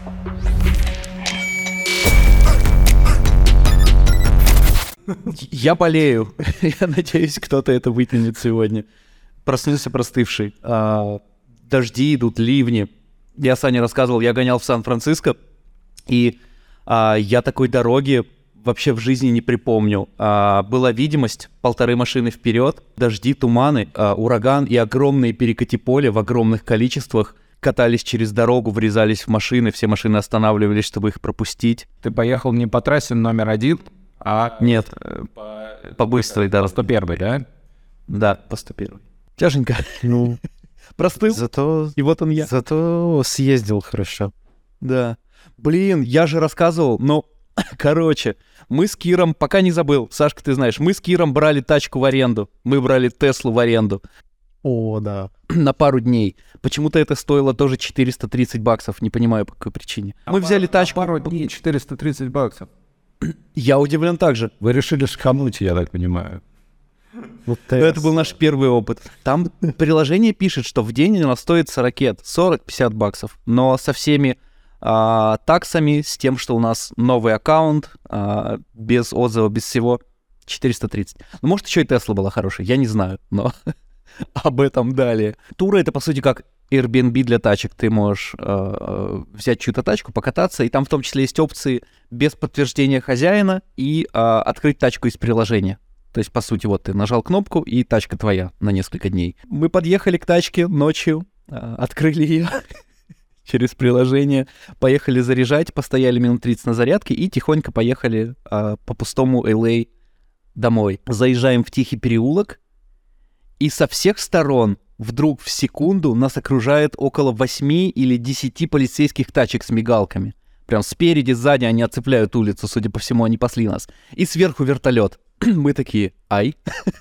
Я болею. Я надеюсь, кто-то это вытянет сегодня. Проснулся простывший. Дожди идут, ливни. Я Сане рассказывал, я гонял в Сан-Франциско, и я такой дороги вообще в жизни не припомню. Была видимость 1,5 машины вперед, дожди, туманы, ураган и огромные перекати поля в огромных количествах катались через дорогу, врезались в машины, все машины останавливались, чтобы их пропустить. Ты поехал не по трассе номер 1, а... Нет, по быстрой, да. По 101, да? Да, по 101. Тяженько. Ну, простыл, и вот он я. Зато съездил хорошо. Да. Блин, я же рассказывал, но, короче, мы с Киром, пока не забыл, Сашка, ты знаешь, мы с Киром брали тачку в аренду. Мы брали Теслу в аренду. О, да. На пару дней. Почему-то это стоило тоже $430, не понимаю, по какой причине. Мы взяли тачку... Пару дней, $430. Я удивлен также. Вы решили шкануть, я так понимаю. Вот Это был наш первый опыт. Там приложение пишет, что в день она стоит 40-50 баксов. Но со всеми таксами, с тем, что у нас новый аккаунт, без отзыва, без всего, 430. Ну, может, еще и Тесла была хорошая, я не знаю, но об этом далее. Туры — это, по сути, как Airbnb для тачек. Ты можешь взять чью-то тачку, покататься, и там в том числе есть опции без подтверждения хозяина и открыть тачку из приложения. То есть, по сути, вот ты нажал кнопку, и тачка твоя на несколько дней. Мы подъехали к тачке ночью, открыли ее через приложение, поехали заряжать, постояли минут 30 на зарядке и тихонько поехали по пустому LA домой. Заезжаем в тихий переулок, и со всех сторон вдруг в секунду нас окружает около 8 или 10 полицейских тачек с мигалками. Прям спереди, сзади они оцепляют улицу, судя по всему, они пасли нас. И сверху вертолет. Мы такие, ай.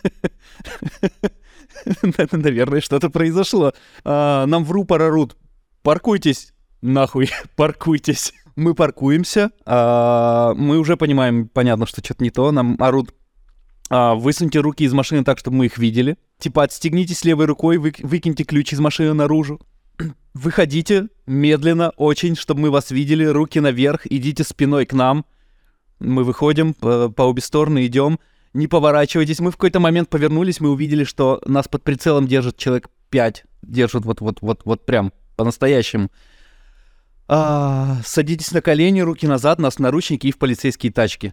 Наверное, что-то произошло. Нам в рупор орут: паркуйтесь, нахуй, паркуйтесь. Мы паркуемся, мы уже понимаем, понятно, что что-то не то. Нам орут: высуньте руки из машины так, чтобы мы их видели. Типа, отстегнитесь левой рукой, выкиньте ключ из машины наружу. Выходите медленно, очень, чтобы мы вас видели, руки наверх, идите спиной к нам. Мы выходим, по обе стороны идем, не поворачивайтесь. Мы в какой-то момент повернулись, мы увидели, что нас под прицелом держит человек 5. Держат вот прям по-настоящему. Садитесь на колени, руки назад, нас в наручники и в полицейские тачки.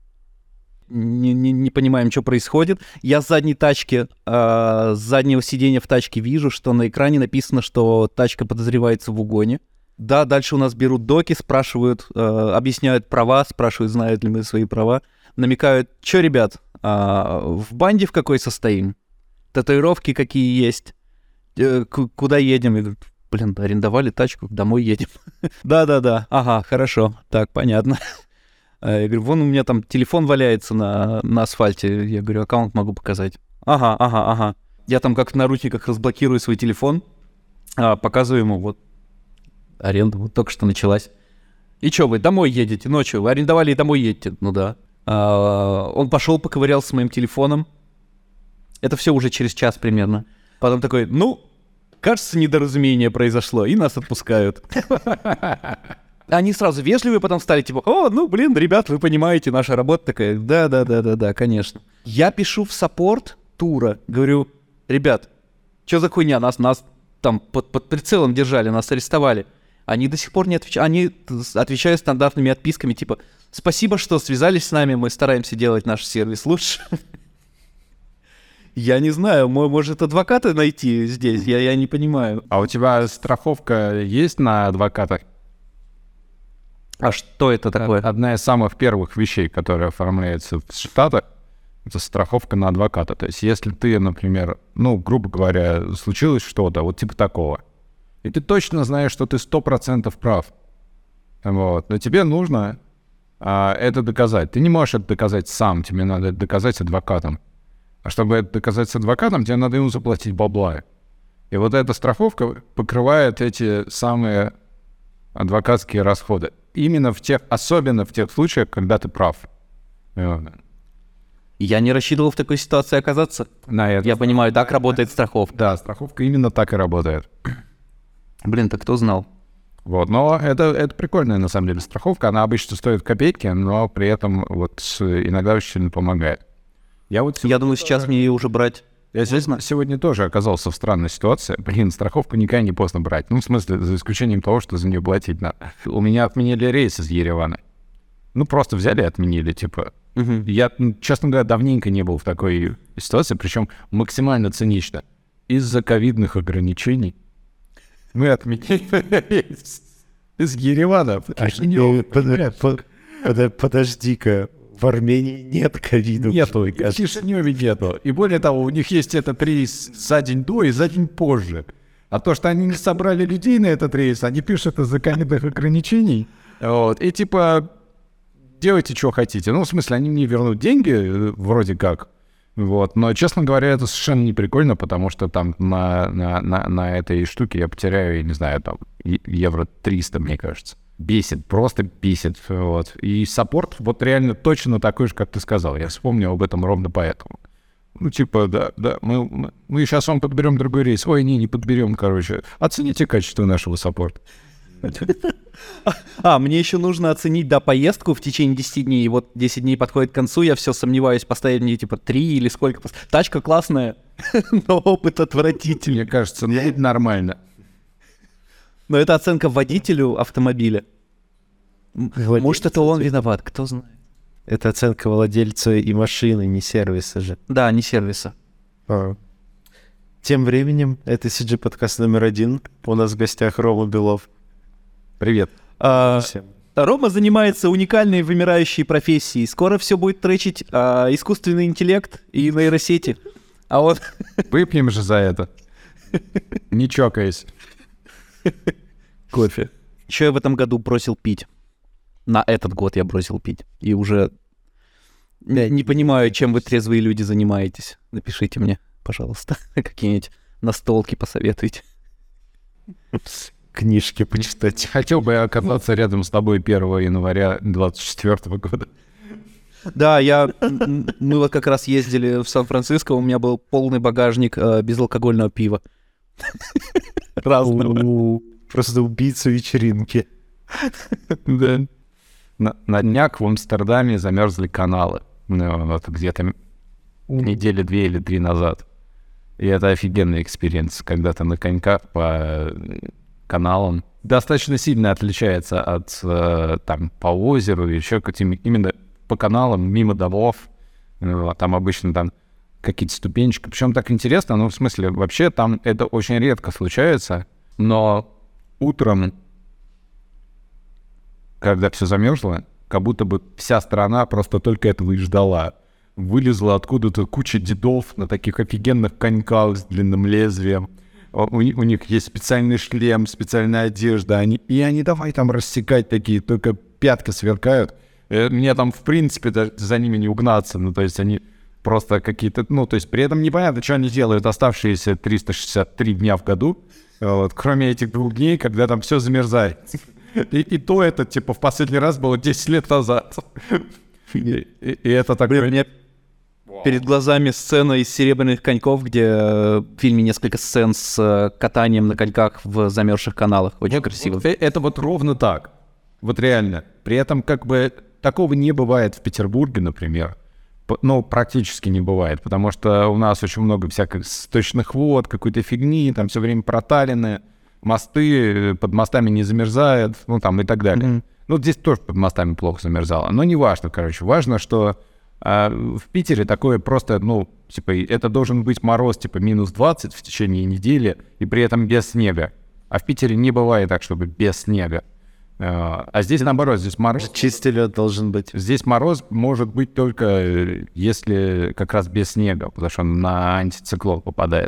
Не понимаем, что происходит. Я с задней тачки, с заднего сиденья в тачке вижу, что на экране написано, что тачка подозревается в угоне. Да, дальше у нас берут доки, спрашивают, объясняют права, спрашивают, знают ли мы свои права. Намекают: что, ребят, в банде в какой состоим? Татуировки какие есть? Куда едем? Я говорю: блин, арендовали тачку, домой едем. Да, ага, хорошо, так, понятно. Я говорю: вон у меня там телефон валяется на асфальте. Я говорю: аккаунт могу показать. Ага. Я там как в наручниках разблокирую свой телефон, показываю ему: вот, аренда вот только что началась. И что, вы домой едете ночью? Вы арендовали и домой едете? Ну да. Он пошел, поковырялся с моим телефоном. Это все уже через час примерно. Потом такой: ну, кажется, недоразумение произошло, и нас отпускают. Они сразу вежливые, потом стали типа: о, ну, блин, ребят, вы понимаете, наша работа такая. Да, конечно. Я пишу в саппорт тура, говорю: ребят, что за хуйня, нас там под прицелом держали, нас арестовали. Они до сих пор не отвечают, они отвечают стандартными отписками, типа: спасибо, что связались с нами, мы стараемся делать наш сервис лучше. Я не знаю, может, адвоката найти здесь, я не понимаю. А у тебя страховка есть на адвоката? А что это такое? Одна из самых первых вещей, которые оформляются в Штатах, это страховка на адвоката. То есть если ты, например, ну, грубо говоря, случилось что-то, вот типа такого, и ты точно знаешь, что ты 100% прав, вот, но тебе нужно это доказать. Ты не можешь это доказать сам, тебе надо это доказать с адвокатом. А чтобы это доказать с адвокатом, тебе надо ему заплатить бабла. И вот эта страховка покрывает эти самые адвокатские расходы. Именно особенно в тех случаях, когда ты прав. Я не рассчитывал в такой ситуации оказаться. Я понимаю, так работает страховка. Да, страховка именно так и работает. Блин, так кто знал? Вот, но это прикольная, на самом деле, страховка. Она обычно стоит копейки, но при этом вот иногда очень сильно помогает. Я думаю, сейчас мне ее уже брать. Я сегодня тоже оказался в странной ситуации. Блин, страховку никогда не поздно брать. Ну, в смысле, за исключением того, что за нее платить надо. У меня отменили рейс из Еревана. Ну, просто взяли и отменили, типа. Я, честно говоря, давненько не был в такой ситуации, причем максимально цинично. Из-за ковидных ограничений мы отменили рейс из Еревана. Подожди-ка, в Армении нет ковида. Нету, и в Кишиневе нету. И более того, у них есть этот рейс за день до и за день позже. А то, что они не собрали людей на этот рейс, они пишут из-за ковидных ограничений. Вот. И типа, делайте, что хотите. Ну, в смысле, они мне вернут деньги, вроде как. Вот. Но, честно говоря, это совершенно не прикольно, потому что там на этой штуке я потеряю, я не знаю, там, евро 300, мне кажется. Бесит, просто бесит. Вот. И саппорт вот реально точно такой же, как ты сказал. Я вспомнил об этом ровно поэтому. Ну, типа, да, мы сейчас вам подберем другой рейс. Ой, не подберем, короче. Оцените качество нашего саппорта. Мне еще нужно оценить, поездку в течение 10 дней. И вот 10 дней подходит к концу, я все сомневаюсь, поставить мне, типа, 3 или сколько. Тачка классная, но опыт отвратительный. Мне кажется, это нормально. Но это оценка водителю автомобиля. Может, это он виноват, кто знает. Это оценка владельца и машины, не сервиса же. Да, не сервиса. Тем временем, это CG подкаст номер 1. У нас в гостях Рома Белов. Привет. Всем. Рома занимается уникальной вымирающей профессией. Скоро все будет тречить искусственный интеллект и нейросети. А вот... Выпьем же за это. Не чокаясь. Кофе. Еще я в этом году бросил пить. На этот год я бросил пить. И уже не понимаю, чем вы, трезвые люди, занимаетесь. Напишите мне, пожалуйста, какие-нибудь настолки посоветуйте. Книжки почитать. Хотел бы я оказаться рядом с тобой 1 января 2024 года. Да, мы вот как раз ездили в Сан-Франциско, у меня был полный багажник безалкогольного пива. Разного. Просто убийца вечеринки. Да. На днях в Амстердаме замерзли каналы. Вот где-то недели 2 или 3 назад. И это офигенный экспириенс, когда ты на коньках по каналам. Достаточно сильно отличается от там по озеру, еще именно по каналам, мимо домов. Там обычно там какие-то ступенечки. Причем так интересно, ну, в смысле, вообще там это очень редко случается, но утром, когда все замерзло, как будто бы вся страна просто только этого и ждала. Вылезла откуда-то куча дедов на таких офигенных коньках с длинным лезвием. У них есть специальный шлем, специальная одежда. Они давай там рассекать такие, только пятки сверкают. Мне там, в принципе, даже за ними не угнаться. Ну, то есть они просто какие-то... Ну, то есть при этом непонятно, что они делают оставшиеся 363 дня в году. Вот, кроме этих 2 дней, когда там все замерзает. И то это, типа, в последний раз было 10 лет назад. И это так... Блин, мне перед глазами сцена из «Серебряных коньков», где в фильме несколько сцен с катанием на коньках в замерзших каналах. Очень красиво. Это вот ровно так. Вот реально. При этом как бы такого не бывает в Петербурге, например. Ну, практически не бывает, потому что у нас очень много всяких сточных вод, какой-то фигни, там все время проталины, мосты, под мостами не замерзает, ну, там и так далее. Mm-hmm. Ну, здесь тоже под мостами плохо замерзало, но не важно, короче. Важно, что в Питере такое просто, ну, типа, это должен быть мороз, типа, минус 20 в течение недели, и при этом без снега. А в Питере не бывает так, чтобы без снега. А здесь наоборот, здесь мороз... Чистый лед должен быть. Здесь мороз может быть только если как раз без снега, потому что он на антициклон попадает.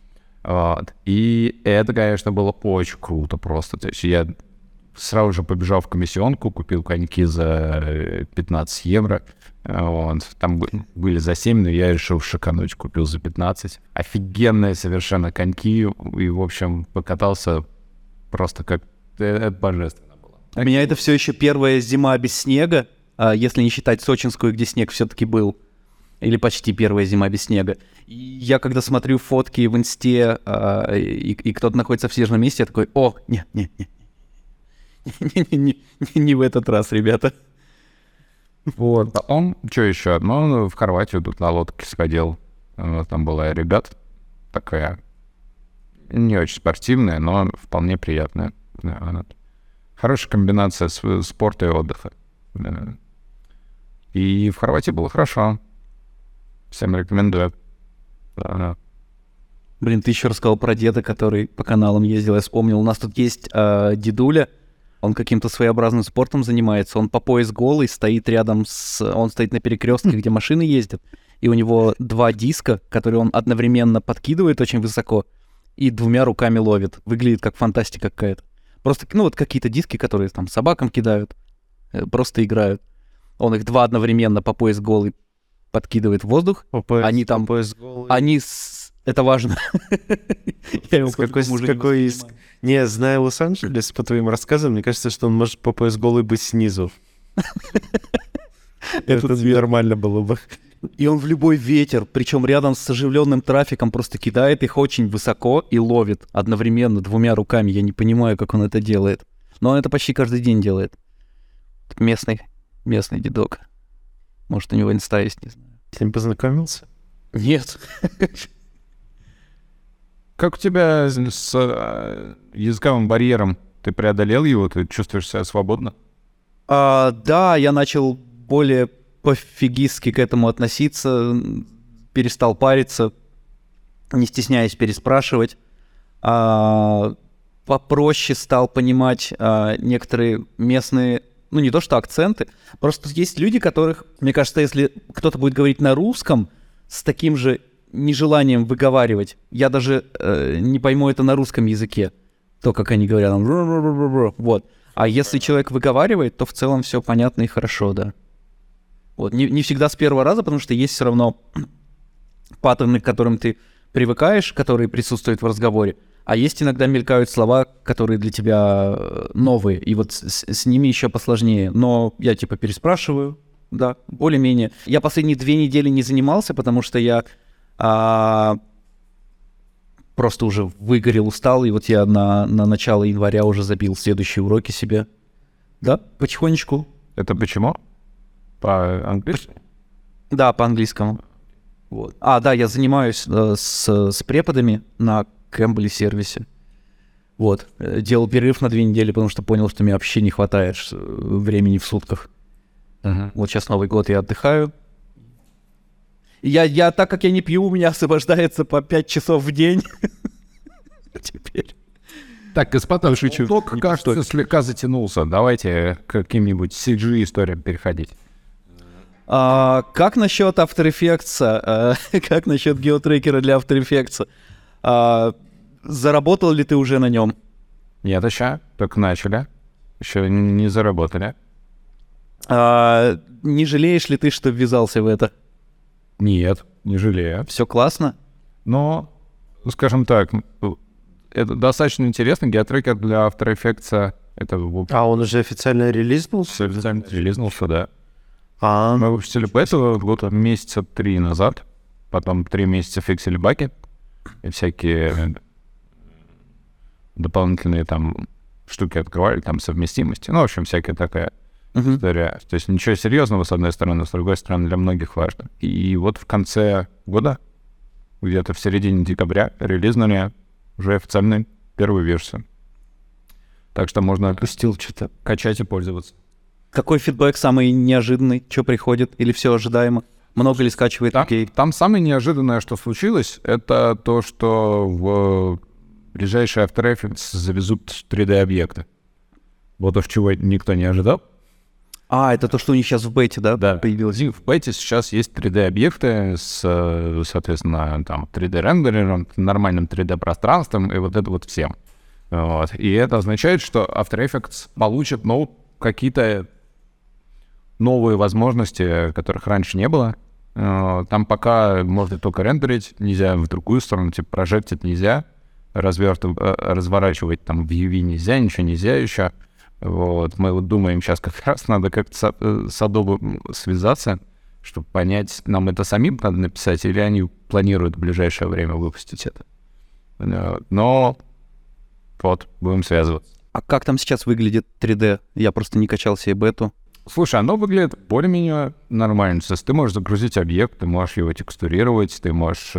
Вот. И это, конечно, было очень круто просто. То есть я сразу же побежал в комиссионку, купил коньки за 15 евро. Вот. Там были за 7, но я решил шикануть, купил за 15. Офигенные совершенно коньки. И, в общем, покатался просто как... Это божественно. У меня это все еще первая зима без снега, если не считать сочинскую, где снег все-таки был. Или почти первая зима без снега. И я когда смотрю фотки в инсте, и кто-то находится в снежном месте, я такой: о, нет. Не в этот раз, ребята. Вот. Потом, что еще? Ну, в Хорватию тут на лодке сходил. Там была регат такая, не очень спортивная, но вполне приятная. Хорошая комбинация спорта и отдыха. И в Хорватии было хорошо. Всем рекомендую. Блин, ты еще рассказал про деда, который по каналам ездил. Я вспомнил, у нас тут есть дедуля. Он каким-то своеобразным спортом занимается. Он по пояс голый, стоит рядом Он стоит на перекрестке, где машины ездят. И у него 2 диска, которые он одновременно подкидывает очень высоко и 2 руками ловит. Выглядит как фантастика какая-то. Просто, вот какие-то диски, которые там собакам кидают, просто играют. Он их 2 одновременно по пояс голый подкидывает в воздух. Они там... По пояс голый. Это важно. Не, зная Лос-Анджелес, по твоим рассказам, мне кажется, что он может по пояс голый быть снизу. Это нормально было бы. И он в любой ветер, причем рядом с оживленным трафиком, просто кидает их очень высоко и ловит одновременно 2 руками. Я не понимаю, как он это делает. Но он это почти каждый день делает. Местный дедок. Может, у него инста есть, не знаю. С ним познакомился? Нет. Как у тебя с языковым барьером? Ты преодолел его? Ты чувствуешь себя свободно? Да, я начал более пофигистски к этому относиться, перестал париться, не стесняясь переспрашивать. Попроще стал понимать некоторые местные, не то что акценты, просто есть люди, которых, мне кажется, если кто-то будет говорить на русском с таким же нежеланием выговаривать, я даже не пойму это на русском языке, то, как они говорят, вот. А если человек выговаривает, то в целом все понятно и хорошо, да. Вот. Не всегда с первого раза, потому что есть все равно паттерны, к которым ты привыкаешь, которые присутствуют в разговоре, а есть иногда мелькают слова, которые для тебя новые, и вот с ними еще посложнее. Но я переспрашиваю, да, более-менее. Я последние 2 недели не занимался, потому что я просто уже выгорел, устал, и вот я на начало января уже забил следующие уроки себе. Да, потихонечку. Это почему? По-английски? Да, по-английскому. Вот. Да, я занимаюсь с преподами на Cambly сервисе. Вот. Делал перерыв на 2 недели, потому что понял, что мне вообще не хватает времени в сутках. Вот сейчас Новый год, я отдыхаю. Я, так как я не пью, у меня освобождается по 5 часов в день. Теперь. Так, господа, шучу. Ток, кажется, слегка затянулся. Давайте к каким-нибудь CG-историям переходить. Как насчет After Effects? Как насчет геотрекера для After Effects? Заработал ли ты уже на нем? Нет, еще. Только начали. Еще не заработали. Не жалеешь ли ты, что ввязался в это? Нет, не жалею. Все классно? Но, скажем так, это достаточно интересно. Геотрекер для After Effects это... он уже официально релизнулся? Официально релизнулся, да. Мы выпустили бету года месяца 3 назад. Потом 3 месяца фиксили баги. И всякие дополнительные там штуки открывали, там совместимости. В общем, всякая такая история. То есть ничего серьезного, с одной стороны, с другой стороны, для многих важно. И вот в конце года, где-то в середине декабря, релизнули уже официальную первую версию. Так что можно что-то качать и пользоваться. Какой фидбэк самый неожиданный? Что приходит? Или все ожидаемо? Много ли скачивает людей? Там самое неожиданное, что случилось, это то, что в ближайший After Effects завезут 3D-объекты. Вот уж чего никто не ожидал. Это то, что у них сейчас в бете, да? Да, появилось? В бете сейчас есть 3D-объекты с, соответственно, там 3D-рендерером, нормальным 3D-пространством и вот это вот всем. Вот. И это означает, что After Effects получит, какие-то новые возможности, которых раньше не было. Там пока можно только рендерить, нельзя в другую сторону, прожектить нельзя, разворачивать там в UV нельзя, ничего нельзя еще. Вот. Мы думаем, сейчас как раз надо как-то с Adobe связаться, чтобы понять, нам это самим надо написать, или они планируют в ближайшее время выпустить это. Но вот, будем связываться. А как там сейчас выглядит 3D? Я просто не качал себе бету. Слушай, оно выглядит более-менее нормально. То есть ты можешь загрузить объект, ты можешь его текстурировать, ты можешь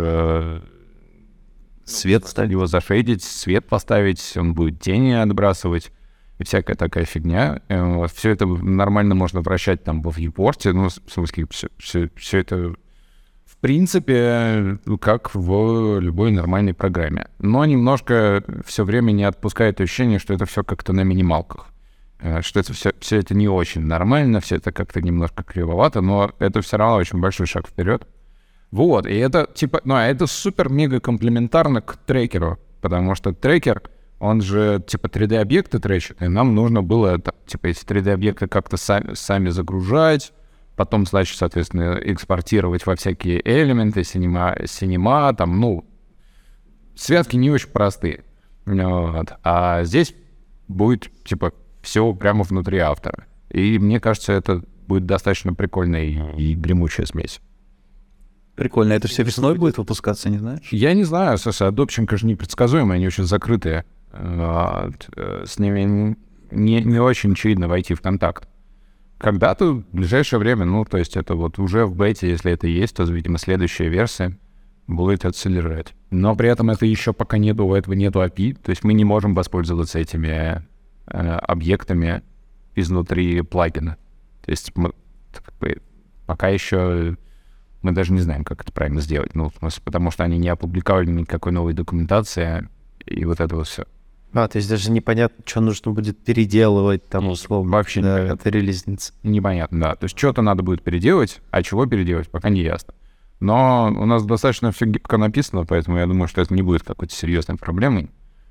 Свет ставить. его зашейдить, свет поставить, он будет тени отбрасывать и всякая такая фигня. Все это нормально можно вращать там в viewport, ну, в смысле, все это в принципе как в любой нормальной программе. Но немножко все время не отпускает ощущение, что это все как-то на минималках. Что это все это не очень нормально, все это как-то немножко кривовато, но это все равно очень большой шаг вперед. Вот, и это типа, ну, а это супер-мега комплементарно к трекеру, потому что трекер, он же типа 3D-объекты тречит, и нам нужно было, типа, эти 3D-объекты как-то сами загружать, потом, значит, соответственно, экспортировать во всякие элементы, синема, там, ну, связки не очень простые. Вот. А здесь будет, типа, все прямо внутри автора. И мне кажется, это будет достаточно прикольная и гремучая смесь. Прикольно. Это все весной будет выпускаться, не знаешь? Я не знаю, слушай, адопченко же непредсказуемые, они очень закрытые. С ними не очень очевидно войти в контакт. Когда-то, в ближайшее время, ну, то есть это вот уже в бете, если это есть, то, видимо, следующая версия будет это содержать. Но при этом это еще пока нету, у этого нету API, то есть мы не можем воспользоваться этими объектами изнутри плагина. То есть мы пока еще мы даже не знаем, как это правильно сделать. Ну, в смысле, потому что они не опубликовали никакой новой документации, и вот это вот все. То есть даже непонятно, что нужно будет переделывать, там, условно. Вообще непонятно. Это релизница. Непонятно, да. То есть что-то надо будет переделать, а чего переделать, пока не ясно. Но у нас достаточно все гибко написано, поэтому я думаю, что это не будет какой-то серьезной проблемой.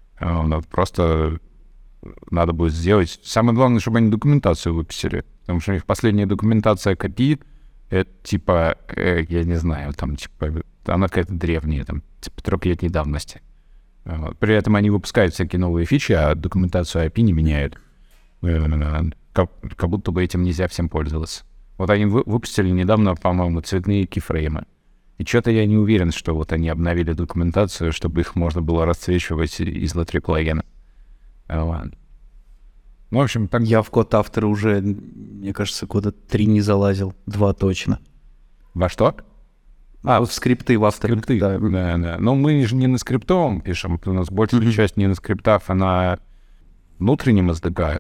Просто надо будет сделать... Самое главное, чтобы они документацию выпустили. Потому что у них последняя документация копии, это типа, я не знаю, там типа, она какая-то древняя, там, типа, трехлетней давности. При этом они выпускают всякие новые фичи, а документацию API не меняют. Как будто бы этим нельзя всем пользоваться. Вот они выпустили недавно, по-моему, цветные кейфреймы. И что-то я не уверен, что вот они обновили документацию, чтобы их можно было расцвечивать изнутри плагина. Ну, в общем, так... Я в код автора уже, мне кажется, года 3 не залазил, 2 точно. Во что? В скрипты в авторе. Скрипты, да. Но мы же не на скриптовом пишем, у нас большая часть не на скриптах, а на внутреннем SDK,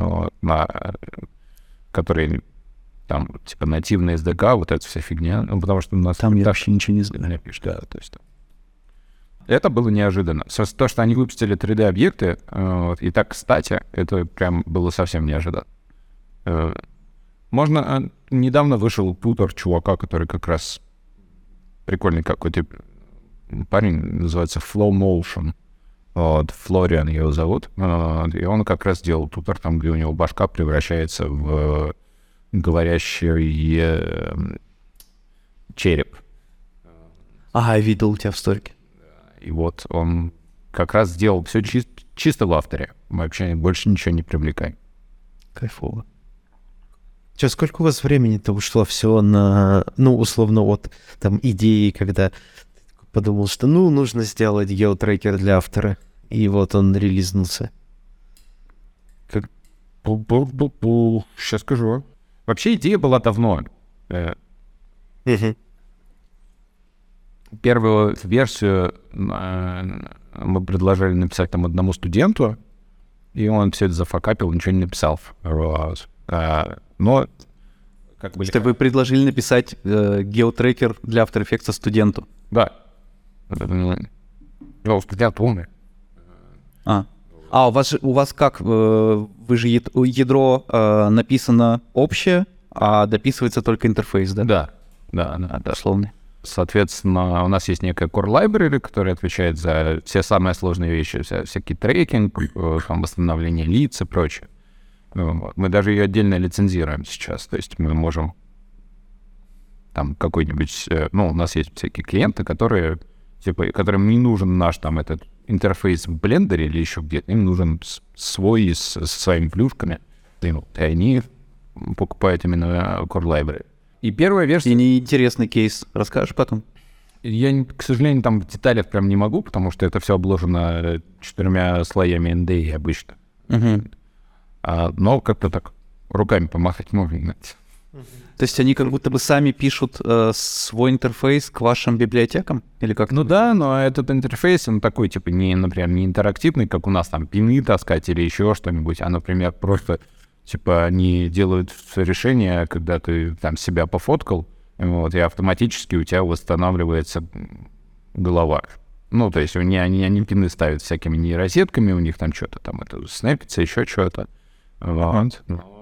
который там, типа, нативный SDK, вот эта вся фигня, ну, потому что у нас... Там я вообще ничего не знаю. Да, то есть... Это было неожиданно. То, что они выпустили 3D-объекты, и так, кстати, это прям было совсем неожиданно. Недавно вышел тутор чувака, который как раз прикольный какой-то парень, называется Flow Motion. Вот, Флориан его зовут. И он как раз делал тутор, там, где у него башка превращается в говорящий череп. Я видел у тебя в сторике. И вот он как раз сделал все чисто в авторе. Вообще больше ничего не привлекаем. Кайфово. Сколько у вас времени-то ушло все на, ну, условно, от там идеи, когда подумал, что, ну, нужно сделать геотрекер для автора, и вот он релизнулся? Сейчас скажу. Вообще идея была давно. Первую версию мы предложили написать там одному студенту, и он все это зафакапил, ничего не написал. Но как бы... Вы предложили написать геотрекер для After Effects студенту? Да. Ну, студент умный. У вас как? Вы же ядро написано общее, а дописывается только интерфейс, да? Да. Условный. Соответственно, у нас есть некая core library, которая отвечает за все самые сложные вещи, всякий трекинг, там, восстановление лиц и прочее. Вот. Мы даже ее отдельно лицензируем сейчас, то есть мы можем там какой-нибудь... у нас есть всякие клиенты, которым не нужен наш там этот интерфейс в блендере или еще где-то, им нужен свой со своими плюшками, и они покупают именно core library. И первая версия... И неинтересный кейс. Расскажешь потом? Я, к сожалению, там в деталях прям не могу, потому что это все обложено 4 слоями NDA обычно. Но как-то так руками помахать можно. То есть они как будто бы сами пишут свой интерфейс к вашим библиотекам? Или как? Ну да, но этот интерфейс, он такой, типа, например, не интерактивный, как у нас там пины таскать или еще что-нибудь, а, например, просто, типа, они делают решение, когда ты там себя пофоткал, вот, и автоматически у тебя восстанавливается голова. Ну, то есть они пины ставят всякими нейросетками, у них там что-то там это снэпится, еще что-то. Вот.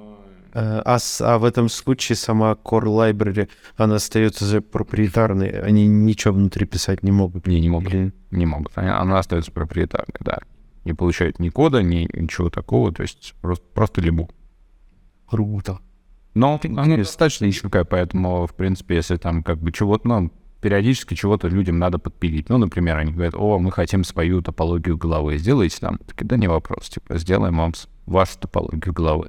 А в этом случае сама Core Library, она остается за проприетарной, они ничего внутри писать не могут? Не могут. Не могут. Она остается проприетарной, да. Не получают ни кода, ничего такого, то есть просто либу. Круто. Но она достаточно ищенкая, поэтому, в принципе, если там как бы чего-то, периодически чего-то людям надо подпилить. Ну, например, они говорят, мы хотим свою топологию головы, сделайте там. Так, да не вопрос, типа, сделаем вам вашу топологию головы.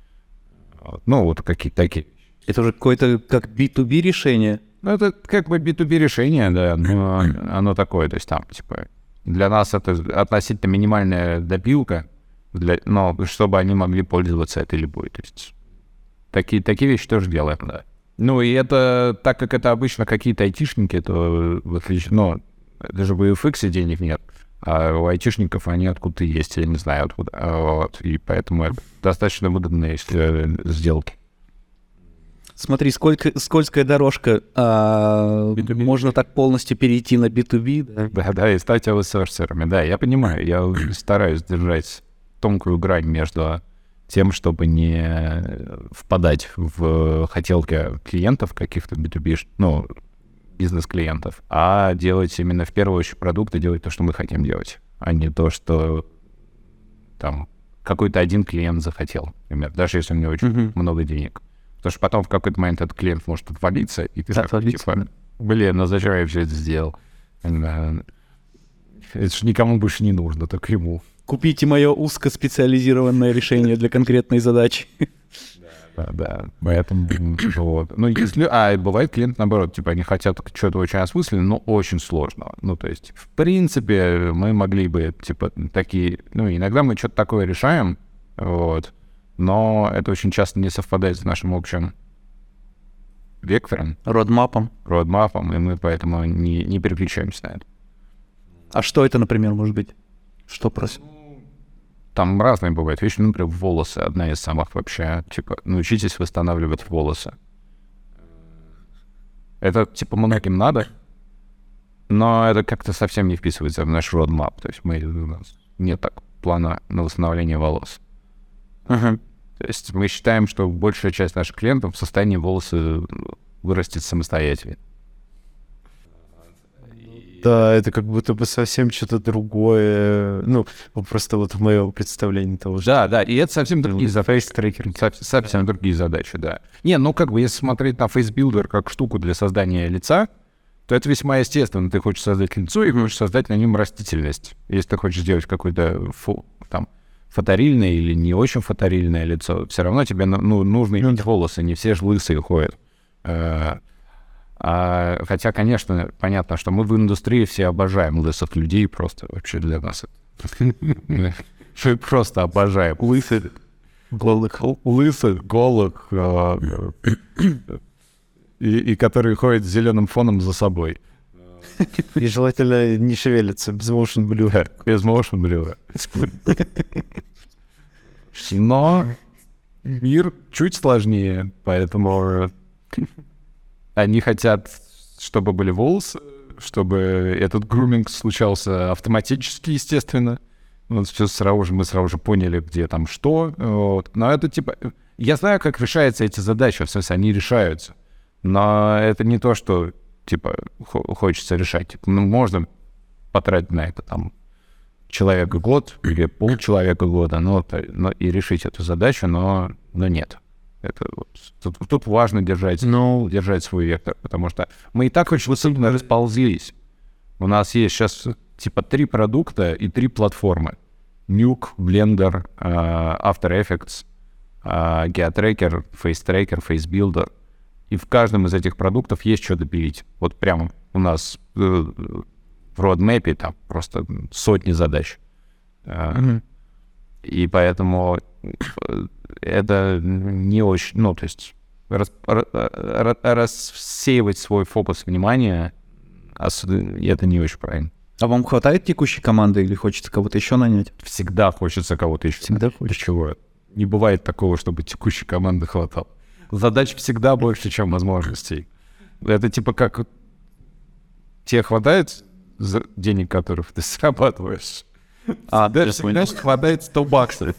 Ну, вот какие-то такие. Это уже какое-то как B2B решение? Ну, это как бы B2B решение, да, но оно такое, то есть там, типа, для нас это относительно минимальная допилка, но чтобы они могли пользоваться этой любой, то есть такие вещи тоже делаем, да. Ну, и это, так как это обычно какие-то айтишники, то в отличие, даже в VFX денег нет, а у айтишников они откуда-то есть, я не знаю откуда, вот, и поэтому это достаточно выгодные сделки. Смотри, скользкая дорожка. Можно так полностью перейти на B2B, да? Да, и стать аутсорсерами. Да, я понимаю, я стараюсь держать тонкую грань между тем, чтобы не впадать в хотелки клиентов, каких-то B2B, бизнес-клиентов, а делать именно в первую очередь продукты, делать то, что мы хотим делать, а не то, что там какой-то один клиент захотел, например, даже если у него очень много денег. Потому что потом в какой-то момент этот клиент может отвалиться, и ты такой, типа, зачем я все это сделал? Это же никому больше не нужно, только ему. Купите мое узкоспециализированное решение для конкретной задачи. Да, поэтому вот. Ну, если... бывает клиент, наоборот, типа, они хотят что-то очень осмысленное, но очень сложного. Ну, то есть, в принципе, мы могли бы, типа, такие... иногда мы что-то такое решаем, вот, но это очень часто не совпадает с нашим общим вектором. Родмапом, и мы поэтому не переключаемся на это. А что это, например, может быть? Что просим? Там разные бывают вещи, например, волосы. Одна из самых вообще, типа, научитесь восстанавливать волосы. Это, типа, многим надо, но это как-то совсем не вписывается в наш roadmap. То есть у нас нет так плана на восстановление волос. То есть мы считаем, что большая часть наших клиентов в состоянии волосы вырастет самостоятельно. Да, это как будто бы совсем что-то другое. Просто вот в моем представлении того же. Да, и это совсем другие задачи. Совсем другие задачи, да. Если смотреть на FaceBuilder как штуку для создания лица, то это весьма естественно. Ты хочешь создать лицо и хочешь создать на нем растительность. Если ты хочешь сделать какое-то фоторильное или не очень фоторильное лицо, все равно тебе нужно иметь волосы. Не все же лысые ходят. Хотя, конечно, понятно, что мы в индустрии все обожаем лысых людей, просто вообще для нас это... Просто обожаем. Лысых, голых, и которые ходят с зеленым фоном за собой. И желательно не шевелиться, без motion blur. Без motion blur. Но мир чуть сложнее, поэтому... Они хотят, чтобы были волосы, чтобы этот груминг случался автоматически, естественно. Мы сразу же поняли, где там что. Вот. Но это типа... Я знаю, как решаются эти задачи, в смысле, они решаются. Но это не то, что, типа, хочется решать. Типа, можно потратить на это, человека год или полчеловека года, но и решить эту задачу, но нет. Это тут важно держать свой вектор, потому что мы и так очень сильно расползлись. У нас есть сейчас типа 3 продукта и 3 платформы. Nuke, Blender, After Effects, GeoTracker, FaceTracker, FaceBuilder. И в каждом из этих продуктов есть что допилить. Вот прямо у нас в roadmap там просто сотни задач. И поэтому это не очень... Ну, то есть рассеивать свой фокус внимания, это не очень правильно. А вам хватает текущей команды или хочется кого-то еще нанять? Всегда хочется кого-то еще. Всегда хочется. Чего? Не бывает такого, чтобы текущей команды хватало. Задач всегда больше, чем возможностей. Это типа как... Тебе хватает денег, которых ты зарабатываешь? Даже всегда хватает 100 баксов.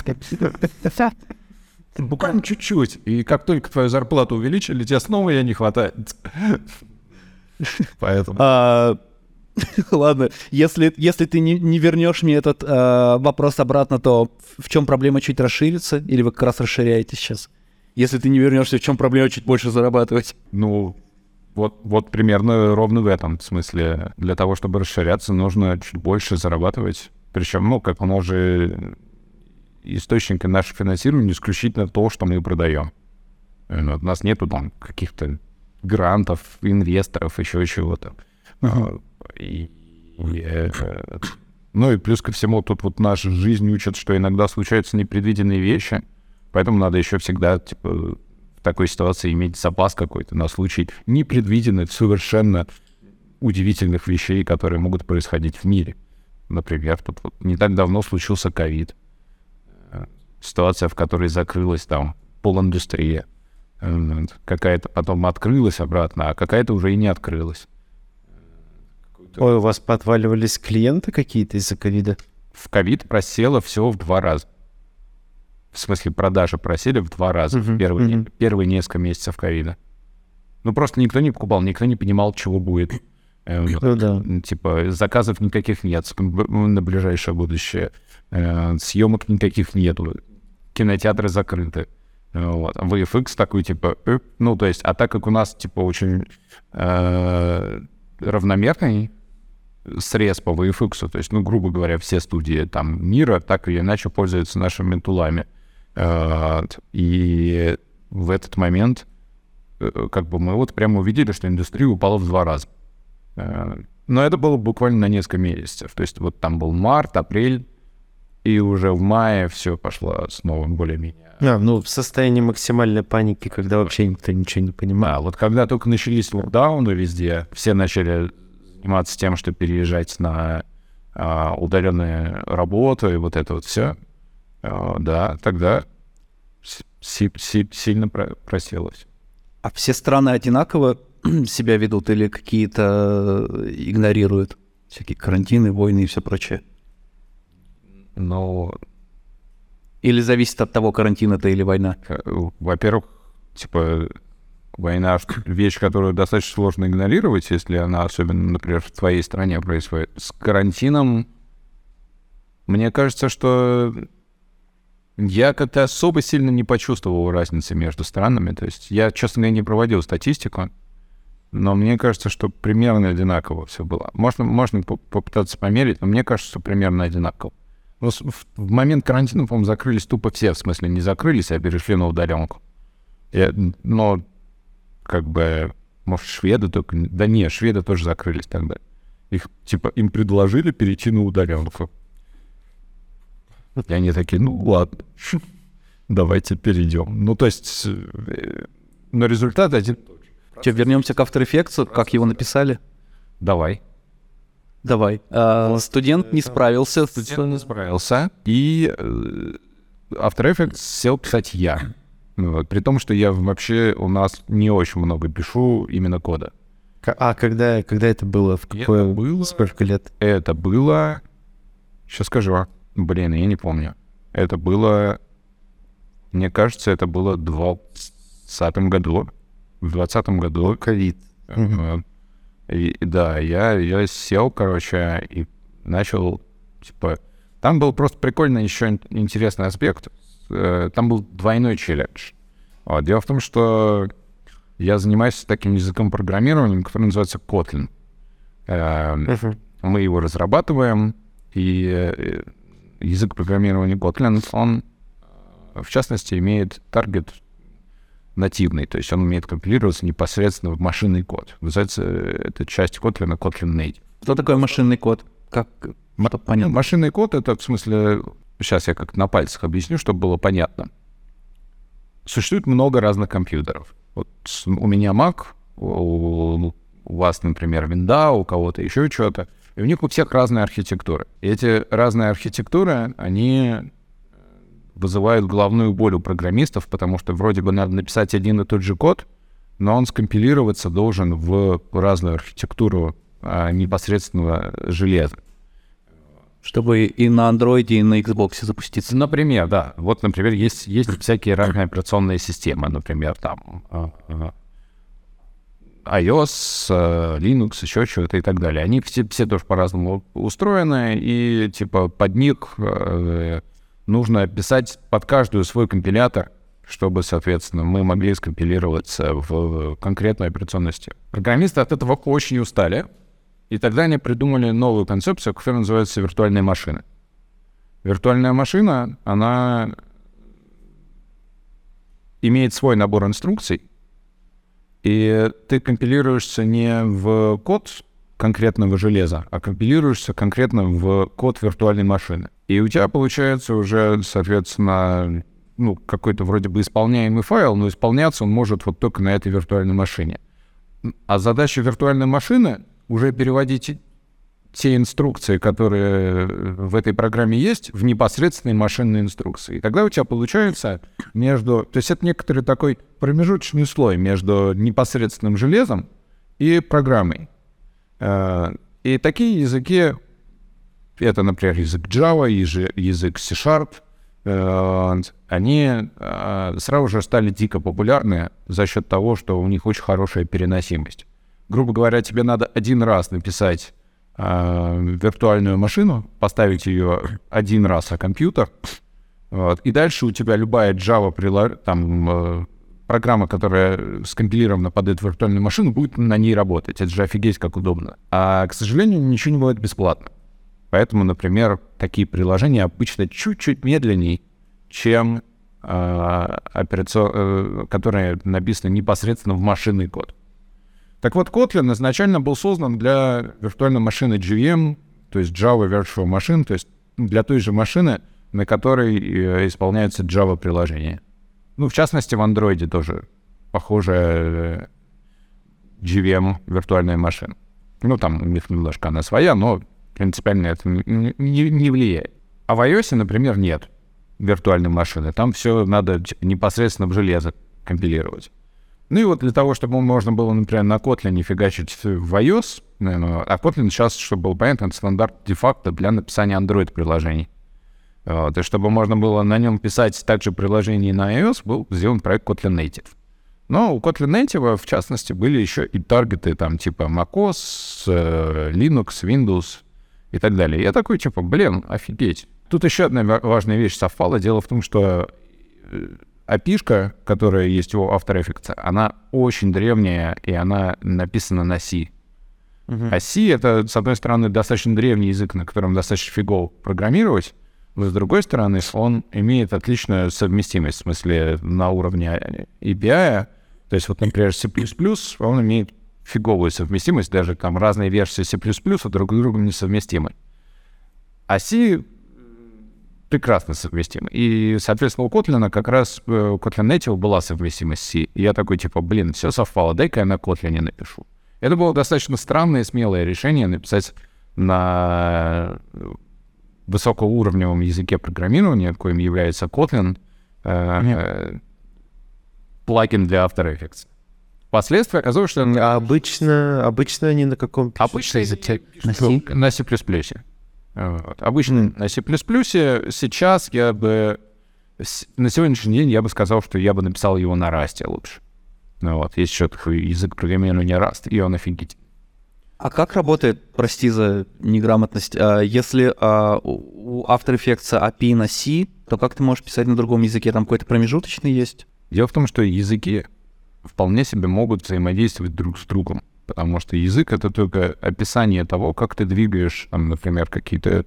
Буквально чуть-чуть. И как только твою зарплату увеличили, тебе снова ее не хватает. Поэтому... Ладно, если ты не вернешь мне этот вопрос обратно, то в чем проблема чуть расширится? Или вы как раз расширяете сейчас? Если ты не вернешься, в чем проблема чуть больше зарабатывать? Ну, вот примерно ровно в этом смысле. Для того, чтобы расширяться, нужно чуть больше зарабатывать. Причем, ну, как оно же источники нашего финансирования исключительно то, что мы продаем. У нас нету там каких-то грантов, инвесторов, еще чего-то. Ну и плюс ко всему, тут вот наша жизнь учит, что иногда случаются непредвиденные вещи, поэтому надо еще всегда, типа, в такой ситуации иметь запас какой-то на случай непредвиденных, совершенно удивительных вещей, которые могут происходить в мире. Например, тут вот не так давно случился ковид. Ситуация, в которой закрылась там полиндустрия. Какая-то потом открылась обратно, а какая-то уже и не открылась. Ой, у вас поотваливались клиенты какие-то из-за ковида? В ковид просело все в 2 раза. В смысле, продажи просели в 2 раза в первые несколько месяцев ковида. Ну, просто никто не покупал, никто не понимал, чего будет. Типа, заказов никаких нет на ближайшее будущее. Съемок никаких нету. Кинотеатры закрыты. Вот. А VFX такой, типа... Ну, то есть, а так как у нас, типа, очень равномерный срез по VFX, то есть, ну, грубо говоря, все студии там мира так или иначе пользуются нашими тулами. И в этот момент как бы мы вот прямо увидели, что индустрия упала в 2 раза. Но это было буквально на несколько месяцев. То есть вот там был март, апрель, и уже в мае все пошло снова более-менее. Ну, в состоянии максимальной паники, когда вообще никто ничего не понимает. Вот когда только начались локдауны везде, все начали заниматься тем, что переезжать на удаленную работу и вот это вот все, да, тогда сильно проселось. А все страны одинаково себя ведут или какие-то игнорируют? Всякие карантины, войны и все прочее. Но... Или зависит от того, карантин это или война? Во-первых, типа, война — вещь, которую достаточно сложно игнорировать, если она, особенно, например, в твоей стране происходит. С карантином, мне кажется, что я как-то особо сильно не почувствовал разницы между странами. То есть я, честно говоря, не проводил статистику, но мне кажется, что примерно одинаково все было. Можно попытаться померить, но мне кажется, что примерно одинаково. Но в момент карантина, по-моему, закрылись тупо все. В смысле, не закрылись, а перешли на удаленку. Но, как бы, может, шведы только... Да не, шведы тоже закрылись тогда. Им предложили перейти на удаленку. И они такие, ну ладно, давайте перейдем. Ну, то есть, но результат один и тот же. Что, вернемся к After Effects, как его написали? Давай. Студент не справился. И After Effects сел писать я. Вот. При том, что я вообще у нас не очень много пишу именно кода. А когда это было? В какое? Сколько лет? Это было... Сейчас скажу. Блин, я не помню. Это было... Мне кажется, это было в 2020 году. В 2020 году. Ковид. И, да, я сел, короче, и начал, типа... Там был просто прикольный еще интересный аспект. Там был двойной челлендж. Вот. Дело в том, что я занимаюсь таким языком программирования, который называется Kotlin. Мы его разрабатываем, и язык программирования Kotlin, он, в частности, имеет таргет нативный, то есть он умеет компилироваться непосредственно в машинный код. Называется эта часть Kotlin Kotlin Native. Что такое машинный код? Как? Машинный код — это, в смысле, сейчас я как-то на пальцах объясню, чтобы было понятно. Существует много разных компьютеров. Вот у меня Mac, у вас, например, Windows, у кого-то еще что-то, и у них у всех разные архитектуры. И эти разные архитектуры, они вызывают головную боль у программистов, потому что вроде бы надо написать один и тот же код, но он скомпилироваться должен в разную архитектуру непосредственного железа. Чтобы и на андроиде, и на Xbox запуститься. Например, да. Вот, например, есть всякие разные операционные системы, например, там iOS, Linux, еще что-то и так далее. Они все тоже по-разному устроены, и типа под них нужно писать под каждую свой компилятор, чтобы, соответственно, мы могли скомпилироваться в конкретную операционную систему. Программисты от этого очень устали, и тогда они придумали новую концепцию, которая называется виртуальные машины. Виртуальная машина, она имеет свой набор инструкций, и ты компилируешься не в код конкретного железа, а компилируешься конкретно в код виртуальной машины. И у тебя получается уже, соответственно, какой-то вроде бы исполняемый файл, но исполняться он может вот только на этой виртуальной машине. А задача виртуальной машины уже переводить те инструкции, которые в этой программе есть, в непосредственные машинные инструкции. И тогда у тебя получается То есть это некоторый такой промежуточный слой между непосредственным железом и программой. И такие языки, это, например, язык Java, язык C#, они сразу же стали дико популярны за счет того, что у них очень хорошая переносимость. Грубо говоря, тебе надо один раз написать виртуальную машину, поставить ее один раз о компьютер, и дальше у тебя любая Java программа, которая скомпилирована под эту виртуальную машину, будет на ней работать. Это же офигеть как удобно. А, к сожалению, ничего не бывает бесплатно. Поэтому, например, такие приложения обычно чуть-чуть медленнее, чем которые написаны непосредственно в машинный код. Так вот, Kotlin изначально был создан для виртуальной машины JVM, то есть Java Virtual Machine, то есть для той же машины, на которой исполняются Java-приложения. В частности, в Android тоже похожая JVM виртуальная машина. Там у них немножко она своя, но принципиально это не влияет. А в iOS, например, нет виртуальной машины. Там все надо непосредственно в железо компилировать. И вот для того, чтобы можно было, например, на Kotlin фигачить в iOS, а Kotlin сейчас, чтобы было понятно, это стандарт де-факто для написания Android-приложений. И чтобы можно было на нем писать также приложения на iOS, был сделан проект Kotlin Native. Но у Kotlin Native, в частности, были еще и таргеты, типа macOS, Linux, Windows и так далее. И я такой, офигеть. Тут еще одна важная вещь совпала. Дело в том, что API-шка, которая есть у After Effects, она очень древняя, и она написана на C. А C — это, с одной стороны, достаточно древний язык, на котором достаточно фигово программировать, но, с другой стороны, он имеет отличную совместимость, в смысле, на уровне API. То есть, вот, например, C++, он имеет фиговую совместимость, даже там разные версии C++ друг с другом несовместимы. А C прекрасно совместим. И, соответственно, у Kotlin как раз Kotlin Native была совместимость с C. И я такой, все совпало, дай-ка я на Kotlin напишу. Это было достаточно странное и смелое решение написать на высокоуровневом языке программирования, коим является Kotlin, плагин для After Effects. Впоследствии оказалось, что... Обычно они на каком пишут? Обычно на C++. Обычно на C++. Сейчас на сегодняшний день я бы сказал, что я бы написал его на Rust лучше. Есть еще такой язык программирования Rust, и он офигительный. А как работает, прости за неграмотность, если у After Effects API на C, то как ты можешь писать на другом языке? Там какой-то промежуточный есть? Дело в том, что языки вполне себе могут взаимодействовать друг с другом, потому что язык — это только описание того, как ты двигаешь, например, какие-то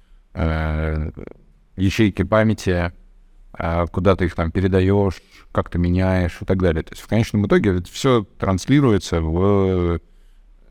ячейки памяти, куда ты их передаешь, как ты меняешь и так далее. То есть в конечном итоге это все транслируется в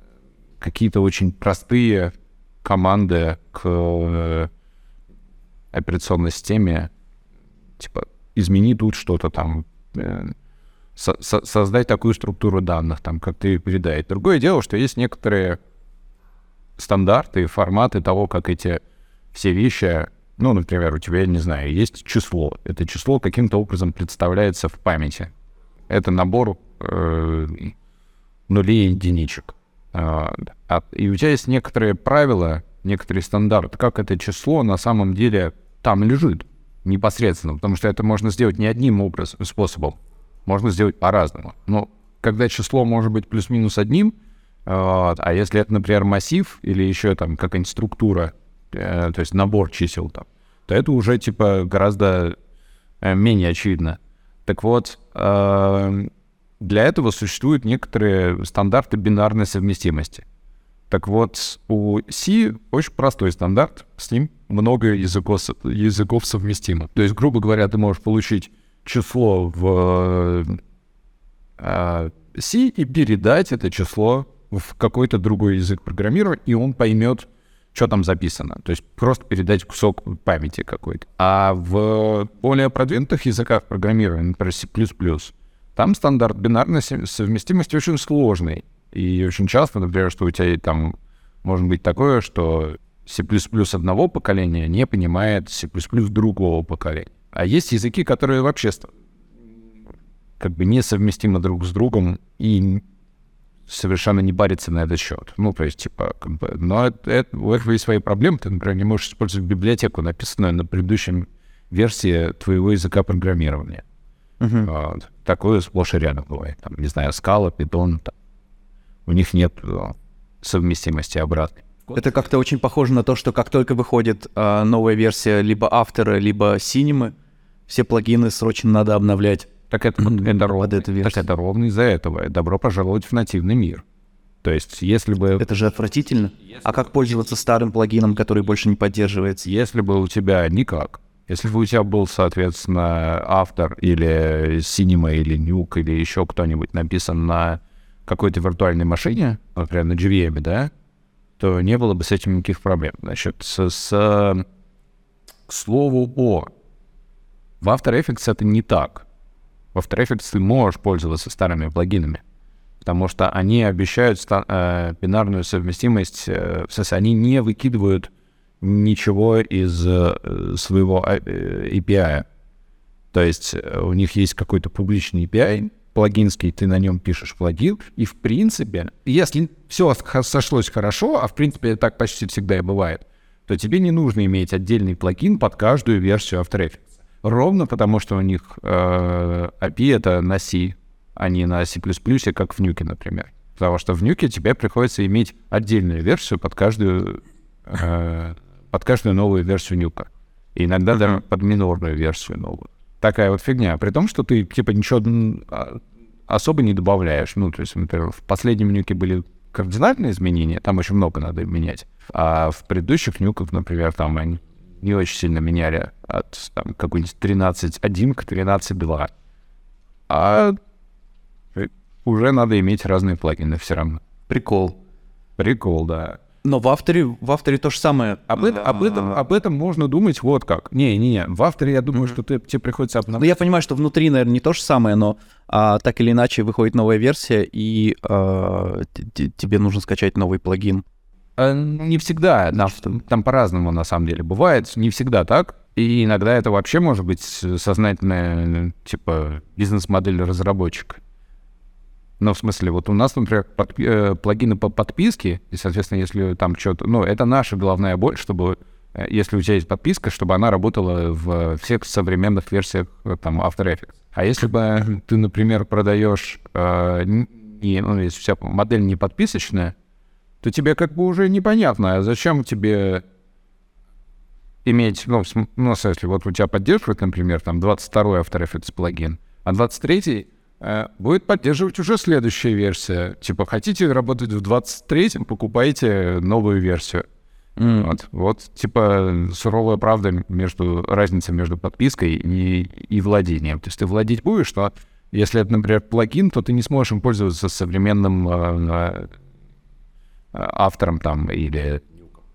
какие-то очень простые команды к операционной системе, типа, измени тут что-то там, создать такую структуру данных, там, как ты передай. Другое дело, что есть некоторые стандарты, форматы того, как эти все вещи, ну, например, у тебя, я не знаю, есть число. Это число каким-то образом представляется в памяти. Это набор нулей и единичек. И у тебя есть некоторые правила, некоторые стандарты, как это число на самом деле там лежит непосредственно, потому что это можно сделать не одним способом, можно сделать по-разному. Но когда число может быть плюс-минус одним, а если это, например, массив или еще там какая-нибудь структура, то есть набор чисел там, то это уже типа гораздо менее очевидно. Так вот, для этого существуют некоторые стандарты бинарной совместимости. Так вот, у C очень простой стандарт, с ним много языков совместимо. То есть, грубо говоря, ты можешь получить число в C и передать это число в какой-то другой язык программирования, и он поймет, что там записано. То есть просто передать кусок памяти какой-то. А в более продвинутых языках программирования, например, C++, там стандарт бинарной совместимости очень сложный. И очень часто, например, что у тебя там может быть такое, что C++ одного поколения не понимает C++ другого поколения. А есть языки, которые вообще как бы несовместимы друг с другом и совершенно не парятся на этот счет. Ну, то есть, типа, как бы, но у этого есть свои проблемы. Ты, например, не можешь использовать библиотеку, написанную на предыдущей версии твоего языка программирования. Вот. Такое сплошь и рядом бывает. Там, не знаю, Scala, Python, там. У них нет совместимости обратной. Это как-то очень похоже на то, что как только выходит новая версия либо After, либо Cinema, все плагины срочно надо обновлять. Так это ровно из-за этого. Добро пожаловать в нативный мир. То есть, если бы... Это же отвратительно. А как пользоваться старым плагином, который больше не поддерживается? Если бы у тебя никак. Если бы у тебя был, соответственно, After или Cinema или Nuke или еще кто-нибудь написан на какой-то виртуальной машине, например, на JVM, да, то не было бы с этим никаких проблем. Значит, к слову в After Effects это не так. В After Effects ты можешь пользоваться старыми плагинами, потому что они обещают бинарную совместимость, в смысле, они не выкидывают ничего из своего API. То есть у них есть какой-то публичный API, плагинский, ты на нем пишешь плагин, и в принципе, если все сошлось хорошо, а в принципе так почти всегда и бывает, то тебе не нужно иметь отдельный плагин под каждую версию After Effects. Ровно потому, что у них API это на C, а не на C++, как в Nuke, например. Потому что в Nuke тебе приходится иметь отдельную версию под каждую новую версию Nuke. И иногда даже под минорную версию новую. Такая вот фигня. При том, что ты типа ничего особо не добавляешь. Ну, то есть, например, в последнем Nuke были кардинальные изменения, там очень много надо менять. А в предыдущих Nuke'ах, например, там они не очень сильно меняли от там, какой-нибудь 13.1 к 13.2. А уже надо иметь разные плагины все равно. Прикол, да. Но в авторе то же самое. Об этом можно думать вот как. Не. В авторе я думаю, что тебе приходится обновлять. Ну, я понимаю, что внутри, наверное, не то же самое, но так или иначе выходит новая версия, и тебе нужно скачать новый плагин. Не всегда. Там по-разному, на самом деле, бывает. Не всегда так. И иногда это вообще может быть сознательная, типа, бизнес-модель разработчика. Но в смысле, вот у нас, например, плагины по подписке, и, соответственно, если там что-то... Ну, это наша головная боль, чтобы, если у тебя есть подписка, чтобы она работала в всех современных версиях там, After Effects. А если бы ты, например, продаешь... если у тебя модель не подписочная, то тебе как бы уже непонятно, а зачем тебе иметь... Ну, в смысле, вот у тебя поддерживает, например, там 22-й After Effects плагин, а 23-й будет поддерживать уже следующая версия. Типа, хотите работать в 23-м, покупайте новую версию. Вот, типа, суровая правда разница между подпиской и владением. То есть ты владеть будешь, но если это, например, плагин, то ты не сможешь им пользоваться современным автором там или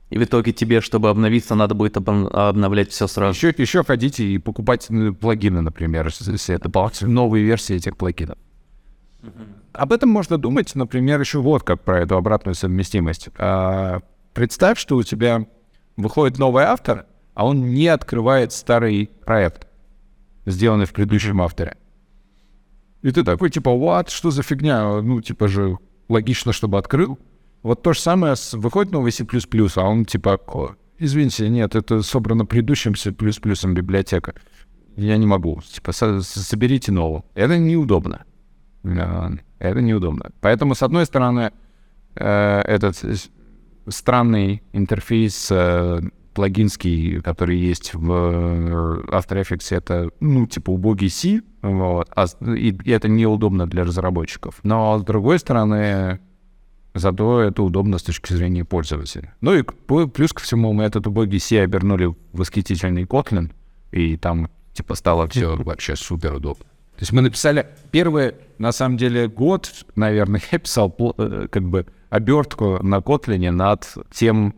И в итоге тебе, чтобы обновиться, надо будет обновлять все сразу. Еще ходите и покупать плагины, например, если это новые версии этих плагинов. Об этом можно думать, например, еще вот как про эту обратную совместимость. Представь, что у тебя выходит новый автор, а он не открывает старый проект, сделанный в предыдущем авторе. И ты такой, типа, what, что за фигня? Ну, типа же, логично, чтобы открыл. Вот то же самое, выходит новый C++, а он типа, извините, нет, это собрано предыдущим C++ библиотека. Я не могу. Типа, соберите новую. Это неудобно. Это неудобно. Поэтому, с одной стороны, этот странный интерфейс плагинский, который есть в After Effects, это, ну, типа, убогий C, вот, и это неудобно для разработчиков. Но, с другой стороны, зато это удобно с точки зрения пользователя. Ну и плюс ко всему мы этот убогий C обернули в восхитительный Kotlin, и там, типа, стало все вообще супер удобно. То есть мы написали первый, на самом деле, год, наверное, я писал как бы обертку на Kotlin над тем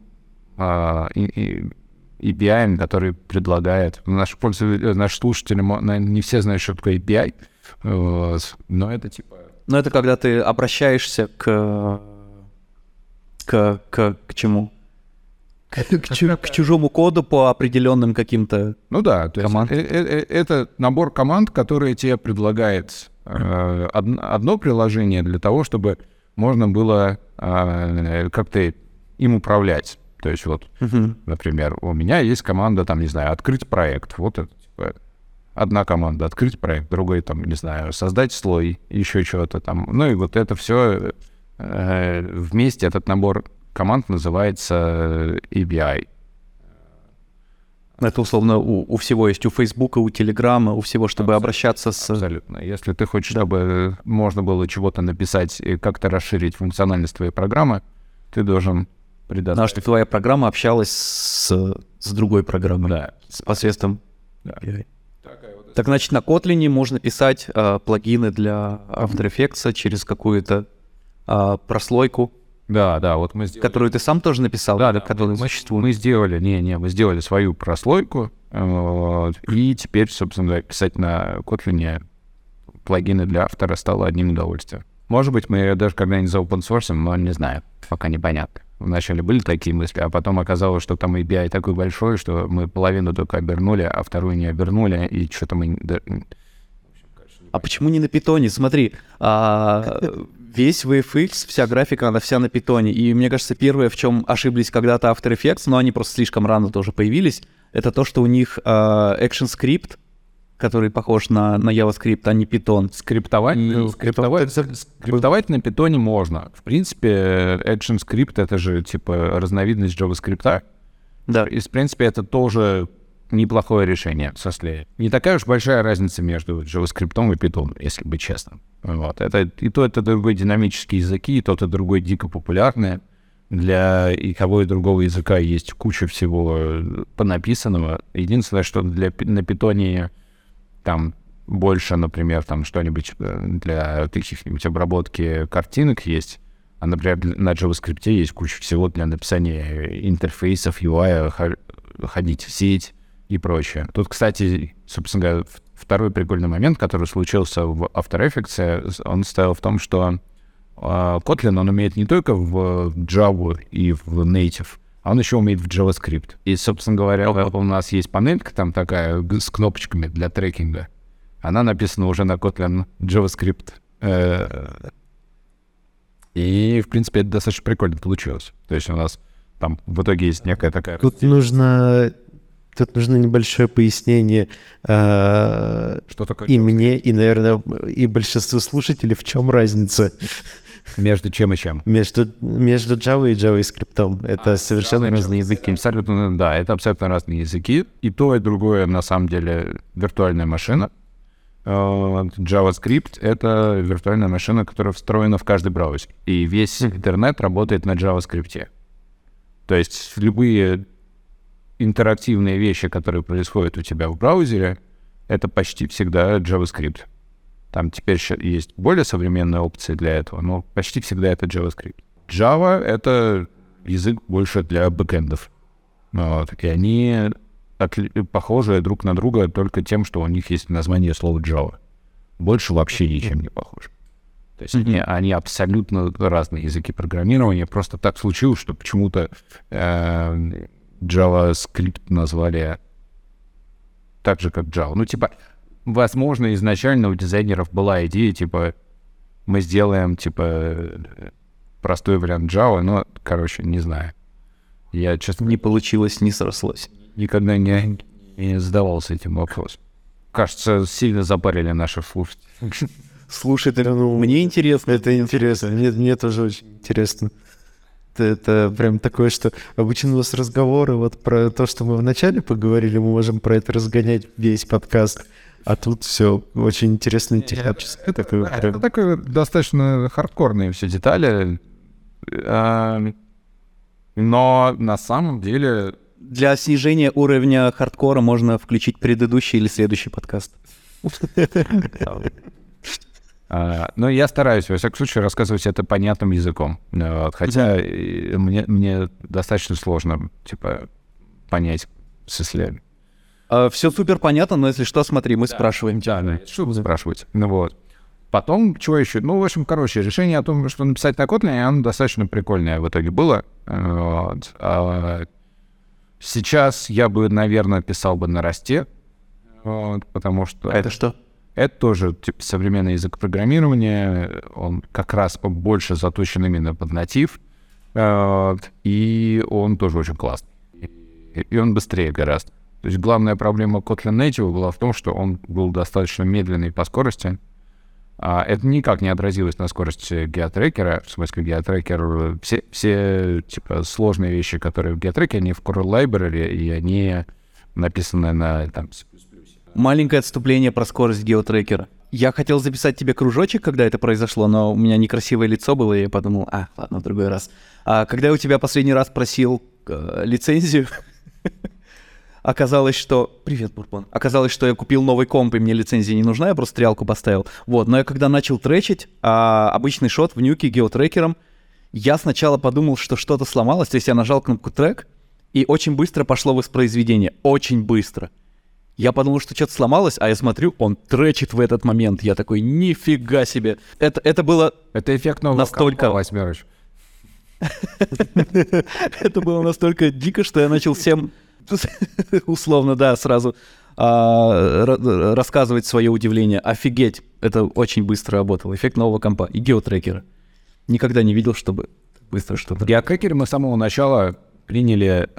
API, который предлагает. Наши слушатели, не все знают, что такое API, но это типа... Но это когда ты обращаешься к чему? К чужому коду по определенным каким-то Ну да, то командам. есть это набор команд, которые тебе предлагает одно приложение для того, чтобы можно было как-то им управлять. То есть вот, например, у меня есть команда, там, не знаю, открыть проект. Вот это, типа, одна команда — открыть проект, другой, там, не знаю, создать слой, еще чего-то там. Ну и вот это все вместе, этот набор команд называется API. Это, условно, у всего есть, у Фейсбука, у Телеграма, у всего, чтобы обращаться с... Абсолютно. Если ты хочешь, чтобы можно было чего-то написать и как-то расширить функциональность твоей программы, ты должен предоставить... Надо, чтобы твоя программа общалась с другой программой. Да. С посредством API. Так, значит, на Kotlin можно писать плагины для After Effects через какую-то прослойку, Да, вот мы сделали... которую ты сам тоже написал? Да, которую существует. мы сделали, мы сделали свою прослойку, и теперь, собственно говоря, писать на Kotlin плагины для автора стало одним удовольствием. Может быть, мы ее даже когда-нибудь заопенсорсим, но не знаю, пока непонятно. Вначале были такие мысли, а потом оказалось, что там API такой большой, что мы половину только обернули, а вторую не обернули, и что-то мы... А почему не на питоне? Смотри, весь VFX, вся графика, она вся на питоне. И мне кажется, первое, в чем ошиблись когда-то After Effects, но они просто слишком рано тоже появились, это то, что у них ActionScript, который похож на JavaScript, а не Python. Скриптовать на питоне можно. В принципе, ActionScript — это же типа разновидность JavaScript. Да. И, в принципе, это тоже неплохое решение. В смысле, не такая уж большая разница между JavaScript и Python, если быть честным. Вот. Это и другой динамические языки, и тот, и другой дико популярные. Для и того, и другого языка есть куча всего понаписанного. Единственное, что на питоне там больше, например, там что-нибудь для каких-нибудь обработки картинок есть, а, например, на JavaScript есть куча всего для написания интерфейсов, UI, ходить в сеть и прочее. Тут, кстати, собственно говоря, второй прикольный момент, который случился в After Effects, он состоял в том, что Kotlin, он умеет не только в Java и в Native, а он еще умеет в JavaScript. И, собственно говоря, у нас есть панелька там такая с кнопочками для трекинга. Она написана уже на Kotlin JavaScript. И, в принципе, это достаточно прикольно получилось. То есть у нас там в итоге есть некая такая... Тут нужно небольшое пояснение Что такое и мне, и, наверное, и большинству слушателей, в чем разница между чем и чем. между Java и JavaScript. Это совершенно разные языки. Абсолютно, да, это абсолютно разные языки. И то, и другое, на самом деле, виртуальная машина. JavaScript — это виртуальная машина, которая встроена в каждый браузер. И весь интернет работает на JavaScript. То есть любые интерактивные вещи, которые происходят у тебя в браузере, это почти всегда JavaScript. Там теперь есть более современные опции для этого, но почти всегда это JavaScript. Java — это язык больше для бэкэндов. Вот. И они похожи друг на друга только тем, что у них есть название слова Java. Больше вообще ничем не похожи. То есть они абсолютно разные языки программирования. Просто так случилось, что почему-то JavaScript назвали так же, как Java. Ну, типа, возможно, изначально у дизайнеров была идея, типа, мы сделаем, типа, простой вариант Java, но, короче, не знаю. Я, честно, Не получилось, не срослось. никогда не задавался этим вопросом. Кажется, сильно запарили наших слушателей. Слушай, мне интересно. Это интересно, мне тоже очень интересно. Это прям такое, что обычно у нас разговоры вот про то, что мы вначале поговорили, мы можем про это разгонять весь подкаст. А тут все очень интересно и технически. Это такое достаточно хардкорные все детали. Но на самом деле... Для снижения уровня хардкора можно включить предыдущий или следующий подкаст. Но я стараюсь, во всяком случае, рассказывать это понятным языком. Хотя мне достаточно сложно, типа, понять смысле. Все супер понятно, но если что, смотри, мы спрашиваем тебя. Да, что вы спрашиваете? Ну вот. Потом, чего еще? Ну, в общем, короче, решение о том, что написать на Kotlin, оно достаточно прикольное в итоге было. Вот. Сейчас я бы, наверное, писал бы на Rust, вот, потому что... А это что? Это тоже типа современный язык программирования, он как раз больше заточен именно под натив, и он тоже очень классный. И он быстрее гораздо. То есть главная проблема Kotlin Native была в том, что он был достаточно медленный по скорости. Это никак не отразилось на скорости геотрекера. В смысле, геотрекер... Все типа сложные вещи, которые в геотреке, они в Core Library, и они написаны на там, Маленькое отступление про скорость геотрекера. Я хотел записать тебе кружочек, когда это произошло, но у меня некрасивое лицо было, и я подумал, ладно, в другой раз. Когда я у тебя последний раз просил лицензию, оказалось, что... Привет, Бурбон. Оказалось, что я купил новый комп, и мне лицензия не нужна, я просто стрелку поставил. Вот, но я когда начал тречить обычный шот в нюке геотрекером, я сначала подумал, что что-то сломалось, то есть я нажал кнопку трек, и очень быстро пошло воспроизведение. Очень быстро. Я подумал, что что-то сломалось, а я смотрю, он тречит в этот момент. Я такой, нифига себе. Это было... Это эффект нового настолько... компа, Восьмерыч. Это было настолько дико, что я начал всем, условно, да, сразу рассказывать свое удивление. Офигеть, это очень быстро работало. Эффект нового компа и геотрекера. Никогда не видел, чтобы быстро что-то... В геотрекере мы с самого начала приняли...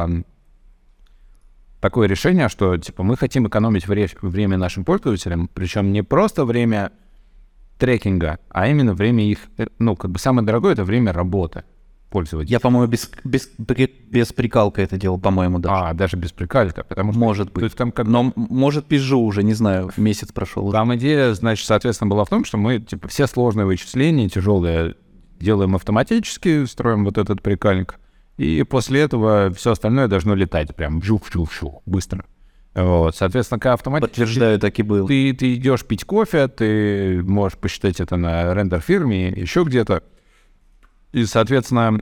такое решение, что типа мы хотим экономить время нашим пользователям, причем не просто время трекинга, а именно время их, ну, как бы самое дорогое — это время работы пользователя. Я, по-моему, без прикалка это делал, по-моему, даже. Даже без прикалка, потому что... Может быть. То есть, там, Но, может, пизжу уже, не знаю, месяц прошел. Там идея, значит, соответственно, была в том, что мы, типа, все сложные вычисления, тяжелые, делаем автоматически, строим вот этот прикальник, и после этого все остальное должно летать прям вжух-вжух-вжух, быстро. Вот, соответственно, когда автоматически... Подтверждаю, так и было. Ты идешь пить кофе, ты можешь посчитать это на рендер-фирме, еще где-то. И, соответственно,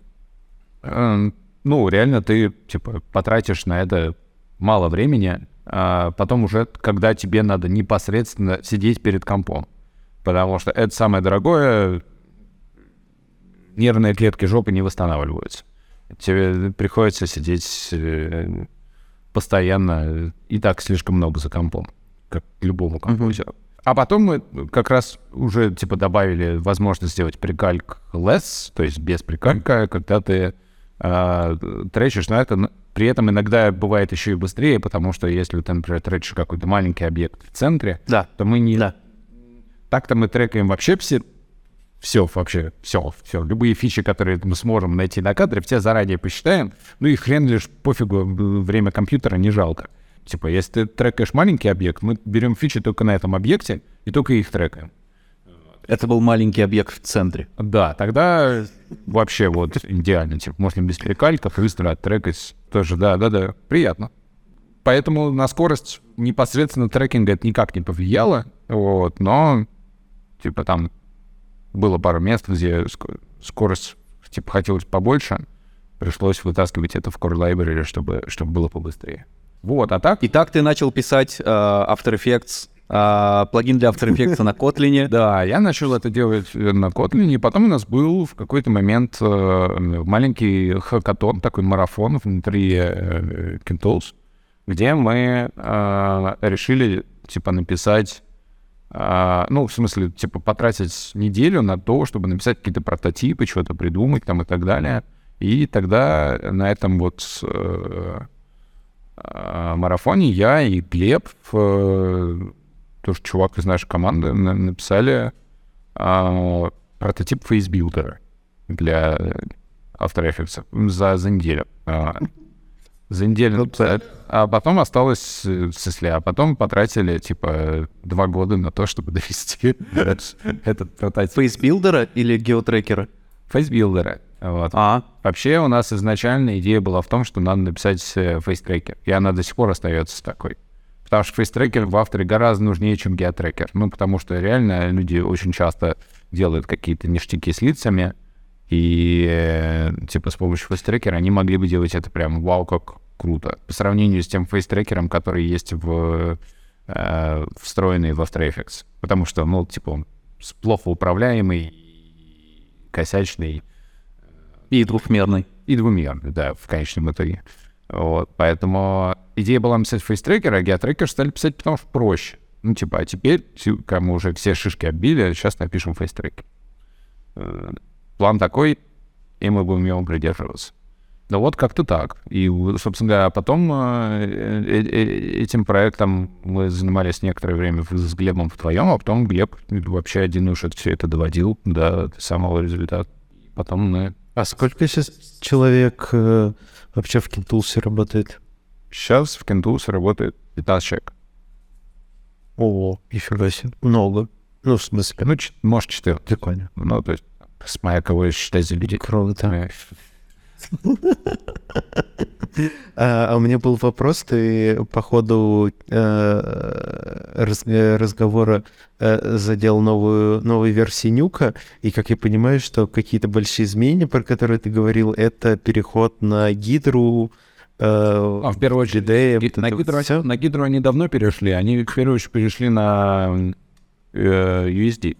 ну, реально ты, типа, потратишь на это мало времени, а потом уже, когда тебе надо непосредственно сидеть перед компом. Потому что это самое дорогое, нервные клетки жопы не восстанавливаются. Тебе приходится сидеть постоянно, и так слишком много за компом, как любому компьютеру. А потом мы как раз уже типа добавили возможность сделать прикальк less, то есть без прикалька, когда ты тречишь на это. При этом иногда бывает еще и быстрее, потому что если ты, например, тречишь какой-то маленький объект в центре, да, то мы не... Да. Так-то мы трекаем вообще все. Любые фичи, которые мы сможем найти на кадре, все заранее посчитаем. Ну и хрен лишь, пофигу, время компьютера не жалко. Типа, если ты трекаешь маленький объект, мы берем фичи только на этом объекте и только их трекаем. Это был маленький объект в центре. Да, тогда вообще вот идеально. Типа, можно без прикальков быстро оттрекать. Тоже, да, приятно. Поэтому на скорость непосредственно трекинга это никак не повлияло. Вот, но, типа, там было пару мест, где скорость, типа, хотелось побольше. пришлось вытаскивать это в Core Library, чтобы было побыстрее. Вот, а так... Итак, ты начал писать After Effects, плагин для After Effects на Kotlin. Да, я начал это делать на Kotlin, и потом у нас был в какой-то момент маленький хакатон, такой марафон внутри Kintools, где мы решили, типа, написать, ну, в смысле, типа, потратить неделю на то, чтобы написать какие-то прототипы, что-то придумать там и так далее. И тогда на этом вот марафоне я и Глеб, тоже чувак из нашей команды, написали прототип фейсбилдера для After Effects за неделю. За неделю написали. А потом осталось, в смысле, а потом потратили, типа, 2 года на то, чтобы довести этот прототип. Фейсбилдера или геотрекера? Фейсбилдера. Вот. Вообще у нас изначально идея была в том, что надо написать фейстрекер. И она до сих пор остается такой. Потому что фейстрекер в авторе гораздо нужнее, чем геотрекер. Ну, потому что реально люди очень часто делают какие-то ништяки с лицами, и типа с помощью фейстрекера они могли бы делать это прям вау, как круто. По сравнению с тем фейстрекером, который есть встроенный в After Effects. Потому что, ну, типа он плохо управляемый, косячный. И двухмерный. И двумерный, да, в конечном итоге. Вот, поэтому идея была написать фейстрекер, а геотрекер стали писать, потому что проще. Ну, типа, а теперь, когда мы уже все шишки оббили, сейчас напишем фейстрекер. План такой, и мы будем его придерживаться. Ну, вот как-то так. И, собственно говоря, потом этим проектом мы занимались некоторое время с Глебом вдвоем, а потом Глеб вообще один уж все это доводил до самого результата. Потом мы... А сколько сейчас человек вообще в Kintools работает? Сейчас в Kintools работает 15 человек. О, нифига себе. Много. Ну, в смысле? Ну, может, 14. Прикольно. Ну, то есть, с моя кого считать за людей. Круто. А у меня был вопрос, ты по ходу разговора задел новую версию нюка, и как я понимаю, что какие-то большие изменения, про которые ты говорил, это переход на гидру, в первую очередь, 3D, на гидру они давно перешли, они в первую очередь перешли на USD.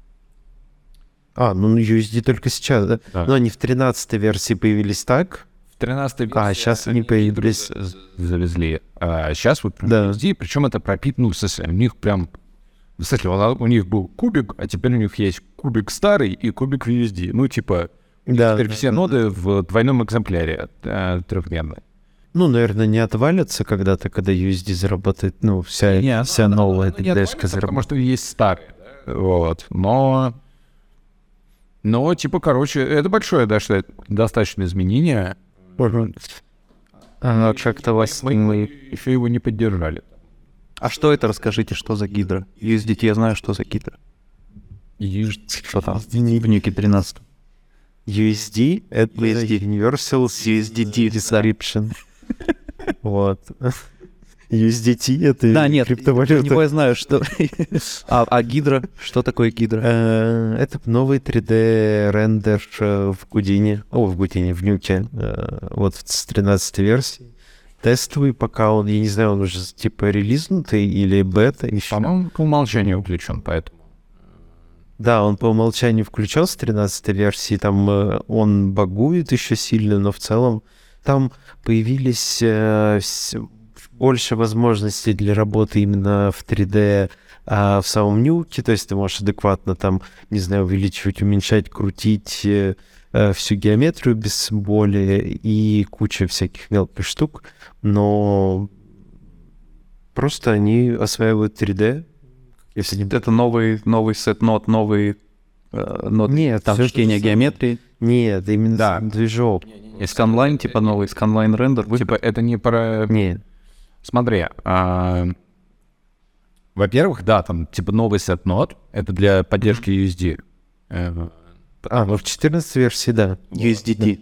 Ну USD только сейчас, да? Да. Но они в 13-й версии появились так? В 13-й версии сейчас они появились. Завезли. А сейчас вот Да. USD, причем это пропитано, в смысле, у них прям... В смысле, у них был кубик, а теперь у них есть кубик старый и кубик в USD. Ну, типа, Да. теперь все ноды в двойном экземпляре трехмерные. Ну, наверное, не отвалятся когда-то, когда USD заработает, вся новая 3D-шка заработает. Потому что есть старые, да? Вот. Но, типа, короче, это большое достаточно изменение. Как-то Мы еще его не поддержали. А что это, расскажите, что за гидра? USDT я знаю, что за гидра. Что там в нюке 13? USD — это Universal USDT Description. Вот. USDT — это Да, нет, криптовалюта. я знаю, что... А гидра? Что такое гидра? Это новый 3D-рендер в Houdini. В нюке. Вот с 13-й версии. Тестовый пока он, я не знаю, он уже типа релизнутый или бета еще. По-моему, по умолчанию включен, поэтому... Да, он по умолчанию включен с 13-й версии, там он багует еще сильно, но в целом там появились больше возможностей для работы именно в 3D в самом нюке, то есть ты можешь адекватно там, не знаю, увеличивать, уменьшать, крутить всю геометрию без боли и куча всяких мелких штук, но просто они осваивают 3D. Если это новый сет нот, новый нот Нет, там чтение геометрии. Нет, именно Да. движок. Сканлайн, типа новый сканлайн рендер. Типа, это не про... Нет. Смотри, во-первых, да, там, типа, новый сет нот, это для поддержки USD. В 14 версии, да. USDT.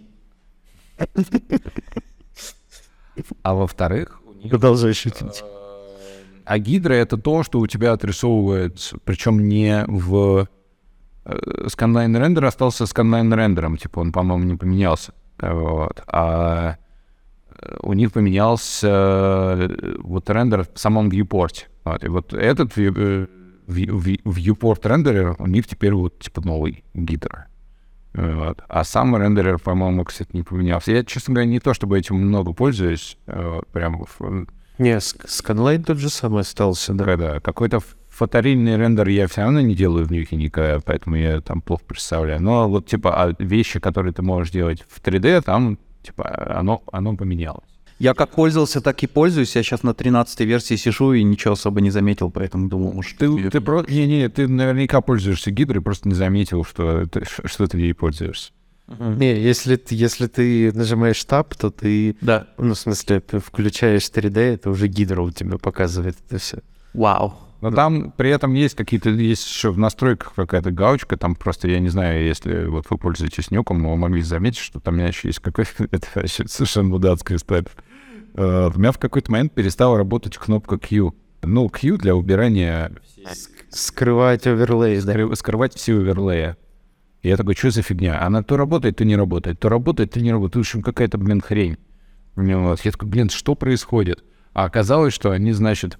А во-вторых, Продолжай шутить. а гидра — это то, что у тебя отрисовывает, причем не в... Сканлайн рендер остался сканлайн рендером, типа, он, по-моему, не поменялся. Вот. А у них поменялся вот рендер в самом viewport. Вот. И вот этот viewport рендерер у них теперь вот типа новый гидро. Вот. А сам рендерер, по-моему, кстати, не поменялся. Я, честно говоря, не то чтобы этим много пользуюсь. Прям... Не, Scanline тот же самый остался, да. Да, какой-то фотореальный рендер я все равно не делаю в Nuke никогда, поэтому я там плохо представляю. Но вот типа вещи, которые ты можешь делать в 3D, там типа оно поменялось. Я как пользовался, так и пользуюсь. Я сейчас на 13-й версии сижу и ничего особо не заметил, поэтому думал, может... Ты наверняка пользуешься гидрой, просто не заметил, что ты ей пользуешься. Не, если ты нажимаешь Tab, то ты, Да. ну, в смысле, включаешь 3D, это уже гидро у тебя показывает это все. Вау. Но там при этом есть еще в настройках какая-то галочка, там просто, я не знаю, если вот вы пользуетесь нюком, вы могли заметить, что там у меня еще есть какой-то, это вообще совершенно мудацкая история. У меня в какой-то момент перестала работать кнопка Q. Ну, Q для убирания... Скрывать оверлей, да. Скрывать все оверлеи. И я такой, что за фигня? Она то работает, то не работает, то работает, то не работает. В общем, какая-то, хрень. Вот. Я такой, что происходит? А оказалось, что они, значит,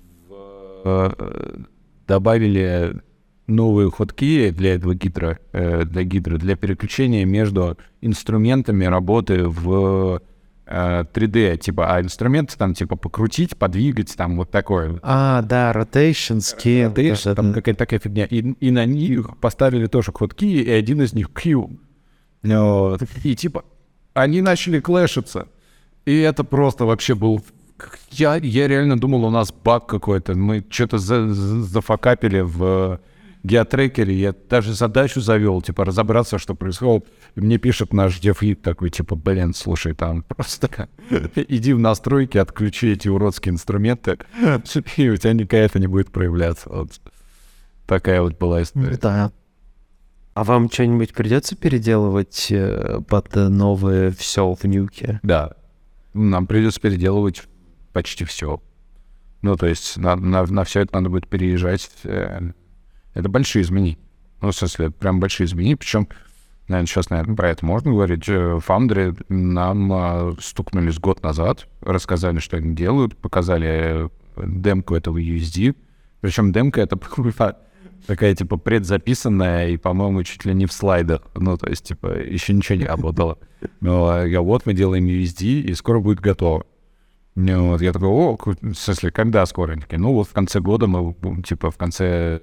добавили новые ходки для этого гидро, для переключения между инструментами работы в 3D, типа, а инструменты там, типа, покрутить, подвигать, там, вот такое. Да, rotation, scale. Там какая-то такая фигня. И на них поставили тоже ходки, и один из них Q. Вот. И, типа, они начали клэшиться. И это просто вообще был... Я реально думал, у нас баг какой-то. Мы что-то зафакапили в геотрекере. Я даже задачу завел, типа, разобраться, что происходит. И мне пишет наш девлид такой, типа, слушай, там просто иди в настройки, отключи эти уродские инструменты, и у тебя никогда это не будет проявляться. Вот. Такая вот была история. Да. А вам что-нибудь придется переделывать под новое все в нюке? Да. Нам придется переделывать почти все. Ну, то есть на все это надо будет переезжать. Это большие изменения. Ну, в смысле, прям большие изменения. Причем, наверное, сейчас, про это можно говорить. Фаундеры нам стукнулись год назад, рассказали, что они делают, показали демку этого USD. Причем демка это такая, типа, предзаписанная и, по-моему, чуть ли не в слайдах. Ну, то есть, типа, еще ничего не работало. Вот мы делаем USD, и скоро будет готово. Вот, я такой, в смысле, когда скоро? Они такие, вот в конце года мы, типа, в конце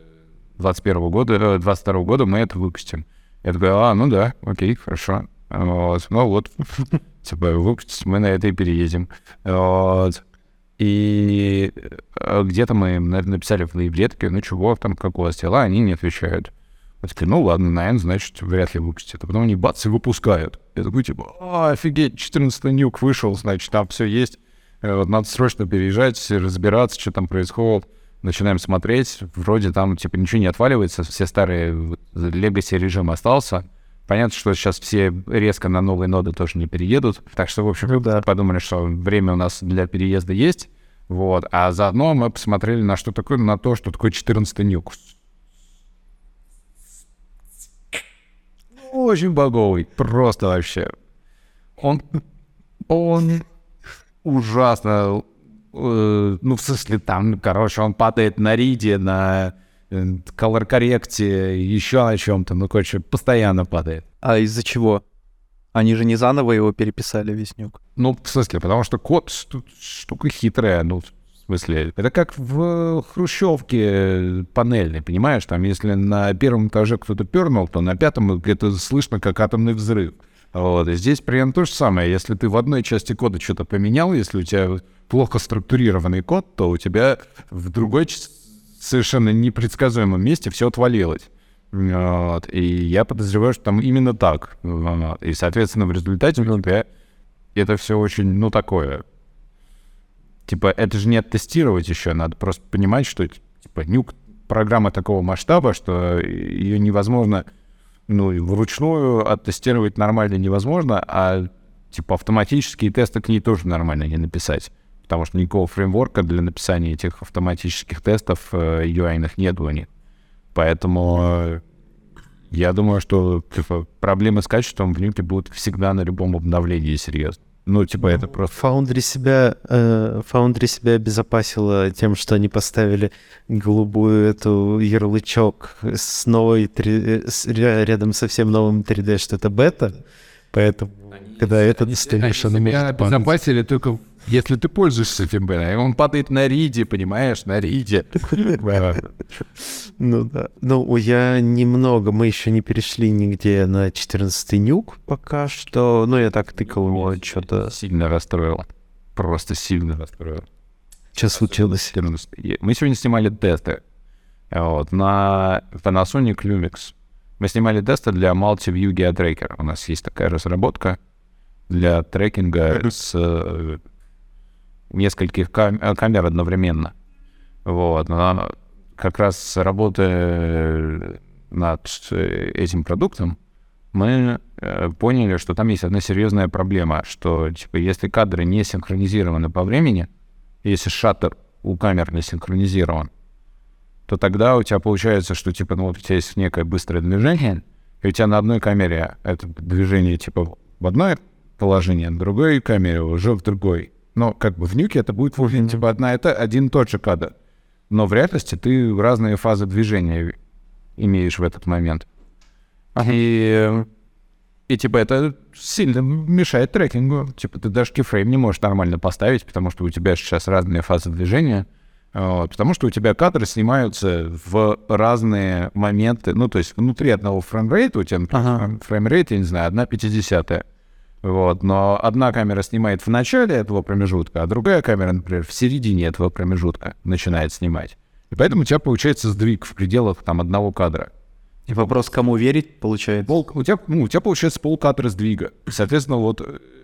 22 года мы это выпустим. Я такой, ну да, окей, хорошо. Вот, типа, выпустим, мы на это и переедем. Вот. И где-то мы написали в ноябре, такие, чего там, как у вас дела? Они не отвечают. Я такой, ладно, наверное, значит, вряд ли выпустят. А потом они бац и выпускают. Я такой, типа, офигеть, 14-й нюк вышел, значит, там все есть. Вот, надо срочно переезжать, разбираться, что там происходит. Начинаем смотреть, вроде там, типа, ничего не отваливается, все старые legacy режим остался. Понятно, что сейчас все резко на новые ноды тоже не переедут. Так что, в общем, подумали, что время у нас для переезда есть. Вот. А заодно мы посмотрели на что такое, на то, что такое 14-й нюк. Очень боговый. Просто вообще. Он ужасно... в смысле, там, он падает на риде, на колор-корректе, еще на чем-то. Постоянно падает. А из-за чего? Они же не заново его переписали, весь нюк. В смысле, потому что код штука хитрая, в смысле, это как в хрущевке панельной, понимаешь? Там, если на первом этаже кто-то пернул, то на пятом это слышно, как атомный взрыв. Вот. И здесь примерно то же самое. Если ты в одной части кода что-то поменял, если у тебя плохо структурированный код, то у тебя в другой совершенно непредсказуемом месте все отвалилось. Вот. И я подозреваю, что там именно так. Вот. И, соответственно, в результате у тебя это все очень, такое. Типа, это же не оттестировать еще. Надо просто понимать, что, типа, нюк программа такого масштаба, что ее невозможно... вручную оттестировать нормально невозможно, а, типа, автоматические тесты к ней тоже нормально не написать. Потому что никакого фреймворка для написания этих автоматических тестов UI-ных нет у них. Поэтому Я думаю, что типа, проблемы с качеством в Nuke будут всегда на любом обновлении, серьезно. Ну, типа, это просто... Foundry себя обезопасила тем, что они поставили голубую эту ярлычок с новой рядом со всем новым 3D, что это бета. Поэтому, когда это достанешь, оно может падать. Обезопасили только если ты пользуешься этим бета. Он падает на риде, понимаешь, на риде. Ну да. Ну, я немного, мы еще не перешли нигде на 14-й нюк пока что. Ну, я так тыкал его, что-то... Сильно расстроил. Просто сильно расстроил. Что случилось? Мы сегодня снимали тесты вот, на Panasonic Lumix. Мы снимали тесты для Multi-View GeoTracker. У нас есть такая разработка для трекинга с нескольких камер одновременно. Вот. Но как раз работая над этим продуктом, мы поняли, что там есть одна серьезная проблема, что типа, если кадры не синхронизированы по времени, если шаттер у камер не синхронизирован, то тогда у тебя получается, что типа, ну, вот у тебя есть некое быстрое движение, и у тебя на одной камере это движение типа в одно положение, на другой камере уже в другой. Но как бы в нюке это будет типа один и тот же кадр. Но в реальности ты разные фазы движения имеешь в этот момент. И типа это сильно мешает трекингу. Типа ты даже кeyframe не можешь нормально поставить, потому что у тебя сейчас разные фазы движения. Вот, потому что у тебя кадры снимаются в разные моменты. Ну, то есть внутри одного фреймрейта у тебя, например, фреймрейт, я не знаю, 1/50. Вот, но одна камера снимает в начале этого промежутка, а другая камера, например, в середине этого промежутка начинает снимать. И поэтому у тебя получается сдвиг в пределах там одного кадра. И вопрос, кому верить, получается? У тебя получается полкадра сдвига. Соответственно, вот,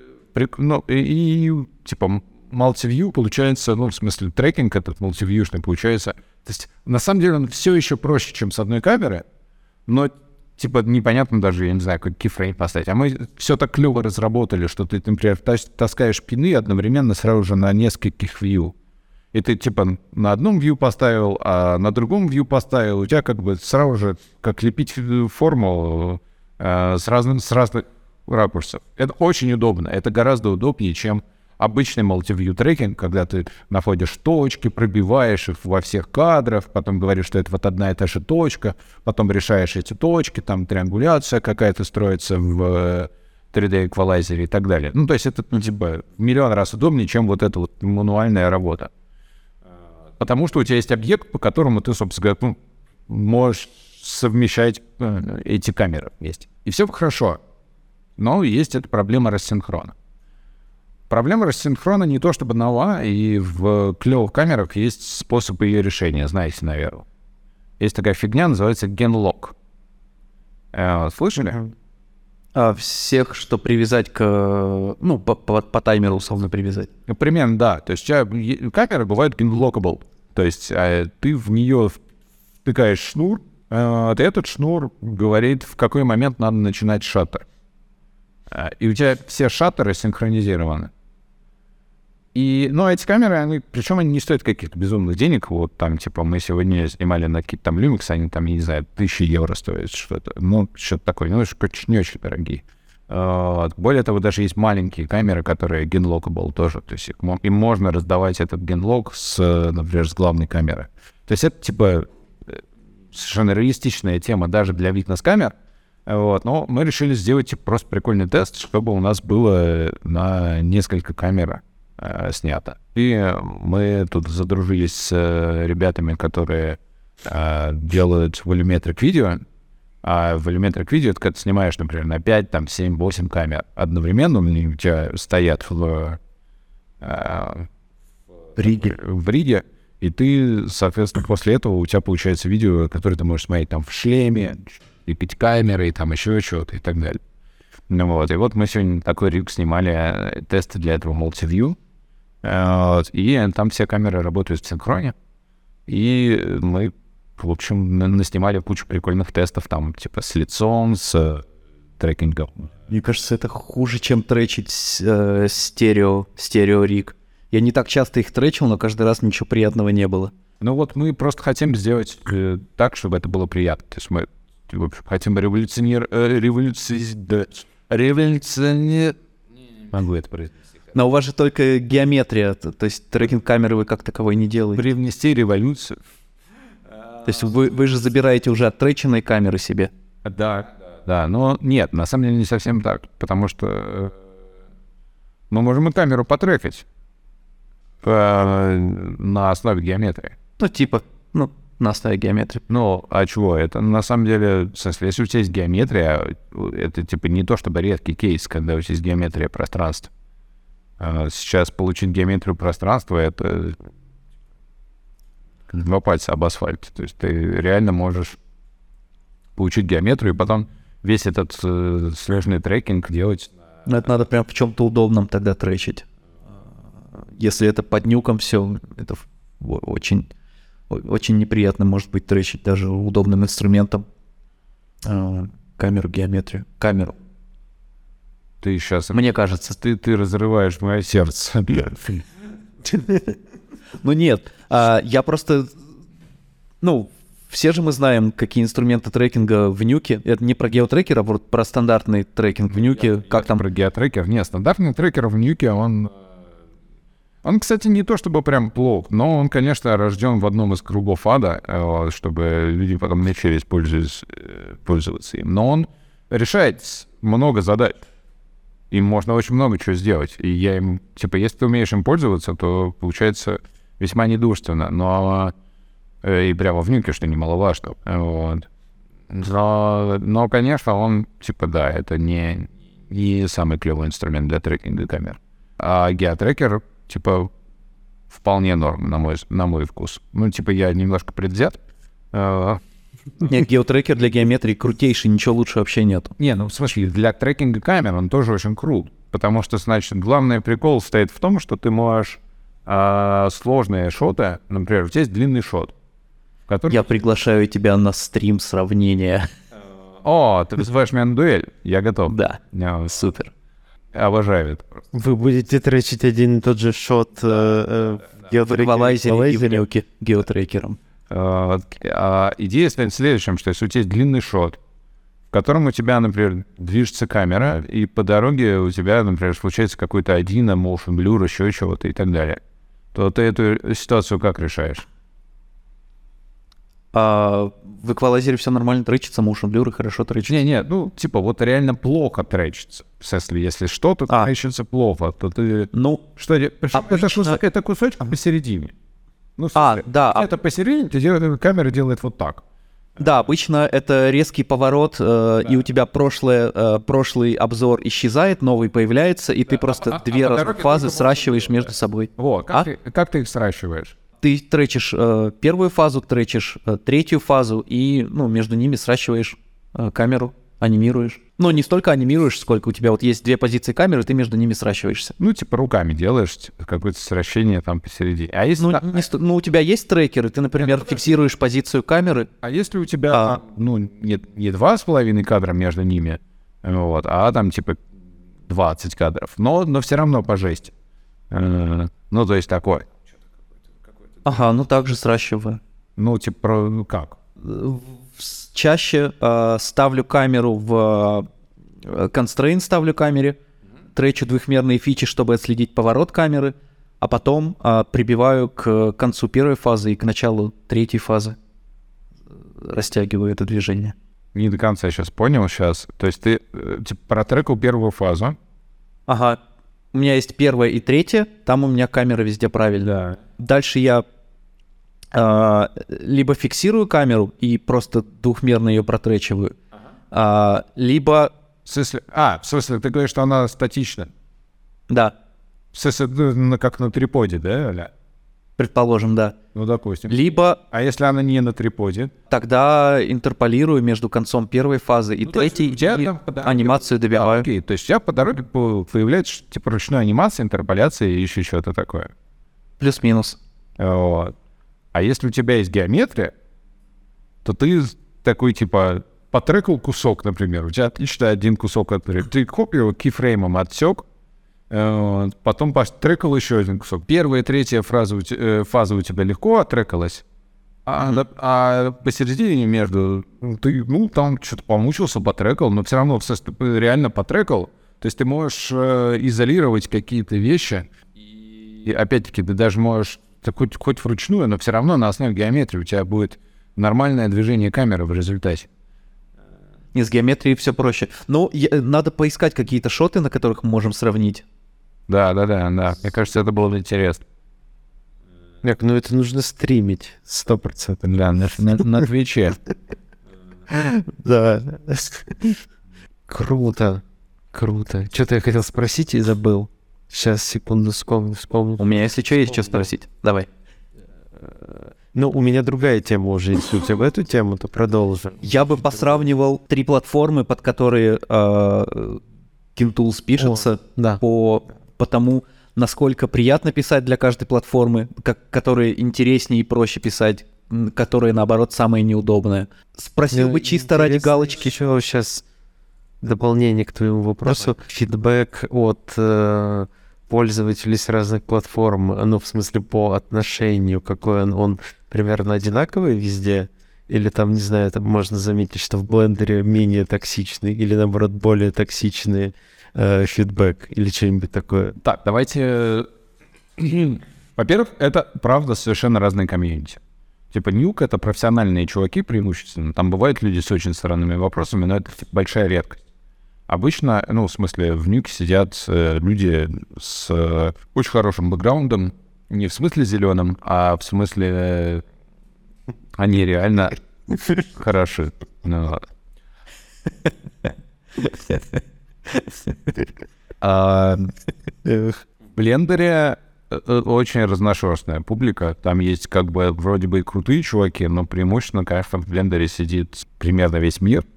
типа, Multi-View получается, ну, в смысле, трекинг этот multi-viewшный получается. То есть, на самом деле, он все еще проще, чем с одной камеры, но типа непонятно даже, я не знаю, какой keyframe поставить. А мы все так клево разработали, что ты, например, таскаешь пины одновременно сразу же на нескольких view. И ты типа на одном view поставил, а на другом view поставил. У тебя как бы сразу же как лепить форму с разных ракурсов. Это очень удобно. Это гораздо удобнее, чем обычный multi-view трекинг, когда ты находишь точки, пробиваешь их во всех кадрах, потом говоришь, что это вот одна и та же точка, потом решаешь эти точки, там триангуляция какая-то строится в 3D эквалайзере и так далее. Ну, то есть это, ну, типа, в миллион раз удобнее, чем вот эта вот мануальная работа. Потому что у тебя есть объект, по которому ты, собственно говоря, можешь совмещать эти камеры вместе. И все хорошо. Но есть эта проблема рассинхрона. Проблема рассинхрона не то чтобы нова, и в клевых камерах есть способы ее решения, знаете, наверное. Есть такая фигня, называется GenLock. Слышали? Всех, что привязать к... Ну, по таймеру условно привязать. Примерно, да. То есть у тебя камеры бывают GenLockable. То есть ты в нее втыкаешь шнур, и этот шнур говорит, в какой момент надо начинать шаттер. И у тебя все шаттеры синхронизированы. Но эти камеры, причем они не стоят каких-то безумных денег. Вот там, типа, мы сегодня снимали на какие-то там Lumix, они там, я не знаю, 1000 евро стоят что-то. Ну, что-то такое, не очень дорогие. Более того, даже есть маленькие камеры, которые GenLockable тоже. То есть им можно раздавать этот GenLock например, с главной камеры. То есть это, типа, совершенно реалистичная тема даже для фитнес-камер. Вот, но мы решили сделать типа, просто прикольный тест, чтобы у нас было на несколько камер снято. И мы тут задружились с ребятами, которые делают volumetric видео. А volumetric видео — это когда ты снимаешь, например, на 5, там, 7, 8 камер одновременно, у тебя стоят в риге, и ты, соответственно, после этого у тебя получается видео, которое ты можешь смотреть там в шлеме, и 5 камеры, и там еще что-то, и так далее. Ну вот, и вот мы сегодня такой риг снимали тесты для этого Multi-View, и там все камеры работают в синхроне, и мы, в общем, наснимали кучу прикольных тестов, там, типа, с лицом, с трекингом. Мне кажется, это хуже, чем тречить стерео-риг. Я не так часто их тречил, но каждый раз ничего приятного не было. Ну вот мы просто хотим сделать так, чтобы это было приятно. То есть мы в общем, хотим революционер... Могу это произнести. Но у вас же только геометрия, то есть трекинг камеры вы как таковой не делаете. Привнести революцию. То есть вы же забираете уже оттреченные камеры себе. Да, но нет, на самом деле не совсем так, потому что мы можем и камеру потрекать на основе геометрии. Ну, типа, на основе геометрии. Ну, а чего? Это на самом деле, в смысле, если у тебя есть геометрия, это типа не то чтобы редкий кейс, когда у тебя есть геометрия пространства. Сейчас получить геометрию пространства — это как 2 пальца об асфальт. То есть ты реально можешь получить геометрию и потом весь этот сложный трекинг делать. Но это надо прям в чем-то удобном тогда тречить. Если это под нюком все, это очень, очень неприятно может быть тречить даже удобным инструментом камеру, геометрию. Камеру. Ты сейчас... Мне кажется. Ты разрываешь мое сердце. Ну нет, я просто... все же мы знаем, какие инструменты трекинга в нюке. Это не про геотрекер, а вот про стандартный трекинг в нюке. Как там? Про геотрекер? Нет, стандартный трекер в нюке, он, кстати, не то чтобы прям плох, но он, конечно, рожден в одном из кругов ада, чтобы люди потом научились пользоваться им. Но он решает много задач. Им можно очень много чего сделать. И я им, если ты умеешь им пользоваться, то получается весьма недурственно. Но и прямо в нюке, что немаловажно. Вот. Но, конечно, он, это не самый клевый инструмент для трекинга камер. А геотрекер, вполне норм, на мой вкус. Я немножко предвзят. Нет, геотрекер для геометрии крутейший, ничего лучше вообще нету. В смысле, для трекинга камер он тоже очень крут. Потому что, значит, главный прикол состоит в том, что ты можешь сложные шоты, например, у тебя есть длинный шот, который... Я приглашаю тебя на стрим сравнения. О, ты вызываешь меня на дуэль? Я готов. Да, супер. Обожаю это. Вы будете тречить один и тот же шот В эквалайзере и в нюке геотрекером. Идея стоит в следующем, что если у тебя есть длинный шот, в котором у тебя, например, движется камера, и по дороге у тебя, например, случается какой-то один motion blur, еще чего-то и так далее, то ты эту ситуацию как решаешь? В эквалайзере все нормально тречится, motion blur хорошо тречится. Не, вот реально плохо тречится. В смысле, если что-то тречится плохо, то ты... Это кусочек посередине. Это посередине, камера делает вот так. Да, обычно это резкий поворот, и у тебя прошлый обзор исчезает, новый появляется, и ты просто две разных фазы сращиваешь между собой. Вот, как ты их сращиваешь? Ты тречишь первую фазу, тречишь третью фазу, и между ними сращиваешь камеру, анимируешь. Не столько анимируешь, сколько у тебя вот есть 2 позиции камеры, ты между ними сращиваешься. Руками делаешь какое-то сращение там посередине. А если... у тебя есть трекеры, ты, например, фиксируешь позицию камеры. А если у тебя, не 2,5 кадра между ними, а там 20 кадров, но все равно по жести. То есть такое. Ага, так же сращиваю. Как? Чаще ставлю камеру в constraint, ставлю камере, тречу двухмерные фичи, чтобы отследить поворот камеры, а потом прибиваю к концу первой фазы и к началу третьей фазы. Растягиваю это движение. Не до конца сейчас понял. То есть ты протрекал первую фазу. Ага. У меня есть первая и третья, там у меня камера везде правильно. Да. Дальше я либо фиксирую камеру и просто двухмерно ее протречиваю, либо... В смысле, ты говоришь, что она статична? Да. В смысле, как на триподе, да? Предположим, да. Допустим. Либо... А если она не на триподе? Тогда интерполирую между концом первой фазы и третьей, и анимацию добиваю. Окей, то есть у тебя по дороге появляется ручная анимация, интерполяция и еще что-то такое. Плюс-минус. Вот. А если у тебя есть геометрия, то ты такой, потрекал кусок, например. У тебя отлично один кусок оттрекал. Ты его кейфреймом отсек, потом потрекал еще один кусок. Первая и третья фаза у тебя легко оттрекалась, А посередине между ты, там что-то помучился, потрекал, но все равно ты реально потрекал. То есть ты можешь изолировать какие-то вещи. И опять-таки ты даже можешь, хоть вручную, но все равно на основе геометрии у тебя будет нормальное движение камеры в результате. Не, с геометрией все проще. Ну, надо поискать какие-то шоты, на которых мы можем сравнить. Да. Мне кажется, это было бы интересно. Так, это нужно стримить 100%. Да, на Твиче. Да. Круто. Что-то я хотел спросить и забыл. Сейчас, секунду, вспомню. У меня, если что, есть что спросить. Давай. У меня другая тема уже. Если у тебя эту тему, то продолжим. Я бы посравнивал 3 платформы, под которые KineTools пишется, по тому, насколько приятно писать для каждой платформы, которые интереснее и проще писать, которые, наоборот, самые неудобные. Спросил бы чисто ради галочки. Еще сейчас дополнение к твоему вопросу. Давай. Фидбэк от пользователей с разных платформ, в смысле по отношению, какой он примерно одинаковый везде? Или там, не знаю, там можно заметить, что в блендере менее токсичный или, наоборот, более токсичный фидбэк или что-нибудь такое? Так, давайте... Во-первых, это, правда, совершенно разные комьюнити. Типа Nuke — это профессиональные чуваки преимущественно. Там бывают люди с очень странными вопросами, но это большая редкость. Обычно, в смысле, в Nuke сидят люди с очень хорошим бэкграундом, не в смысле зеленым, а в смысле они реально хороши. В блендере очень разношерстная публика. Там есть вроде бы и крутые чуваки, но преимущественно, конечно, в блендере сидит примерно весь мир.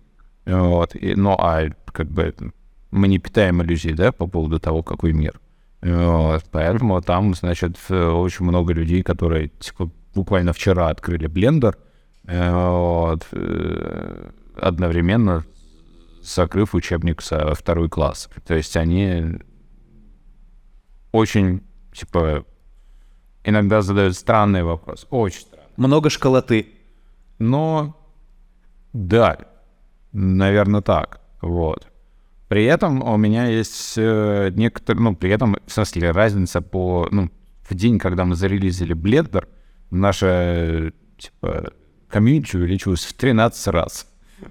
Мы не питаем иллюзий, по поводу того, какой мир. Поэтому там, значит, очень много людей, которые буквально вчера открыли блендер, одновременно закрыв учебник со 2 класс. То есть они очень, иногда задают странные вопросы. Очень странные. Много школоты. Но, да, наверное, так. При этом у меня есть некоторые... при этом, в смысле, разница в день, когда мы зарелизили блендер, наша, комьюнити увеличилась в 13 раз.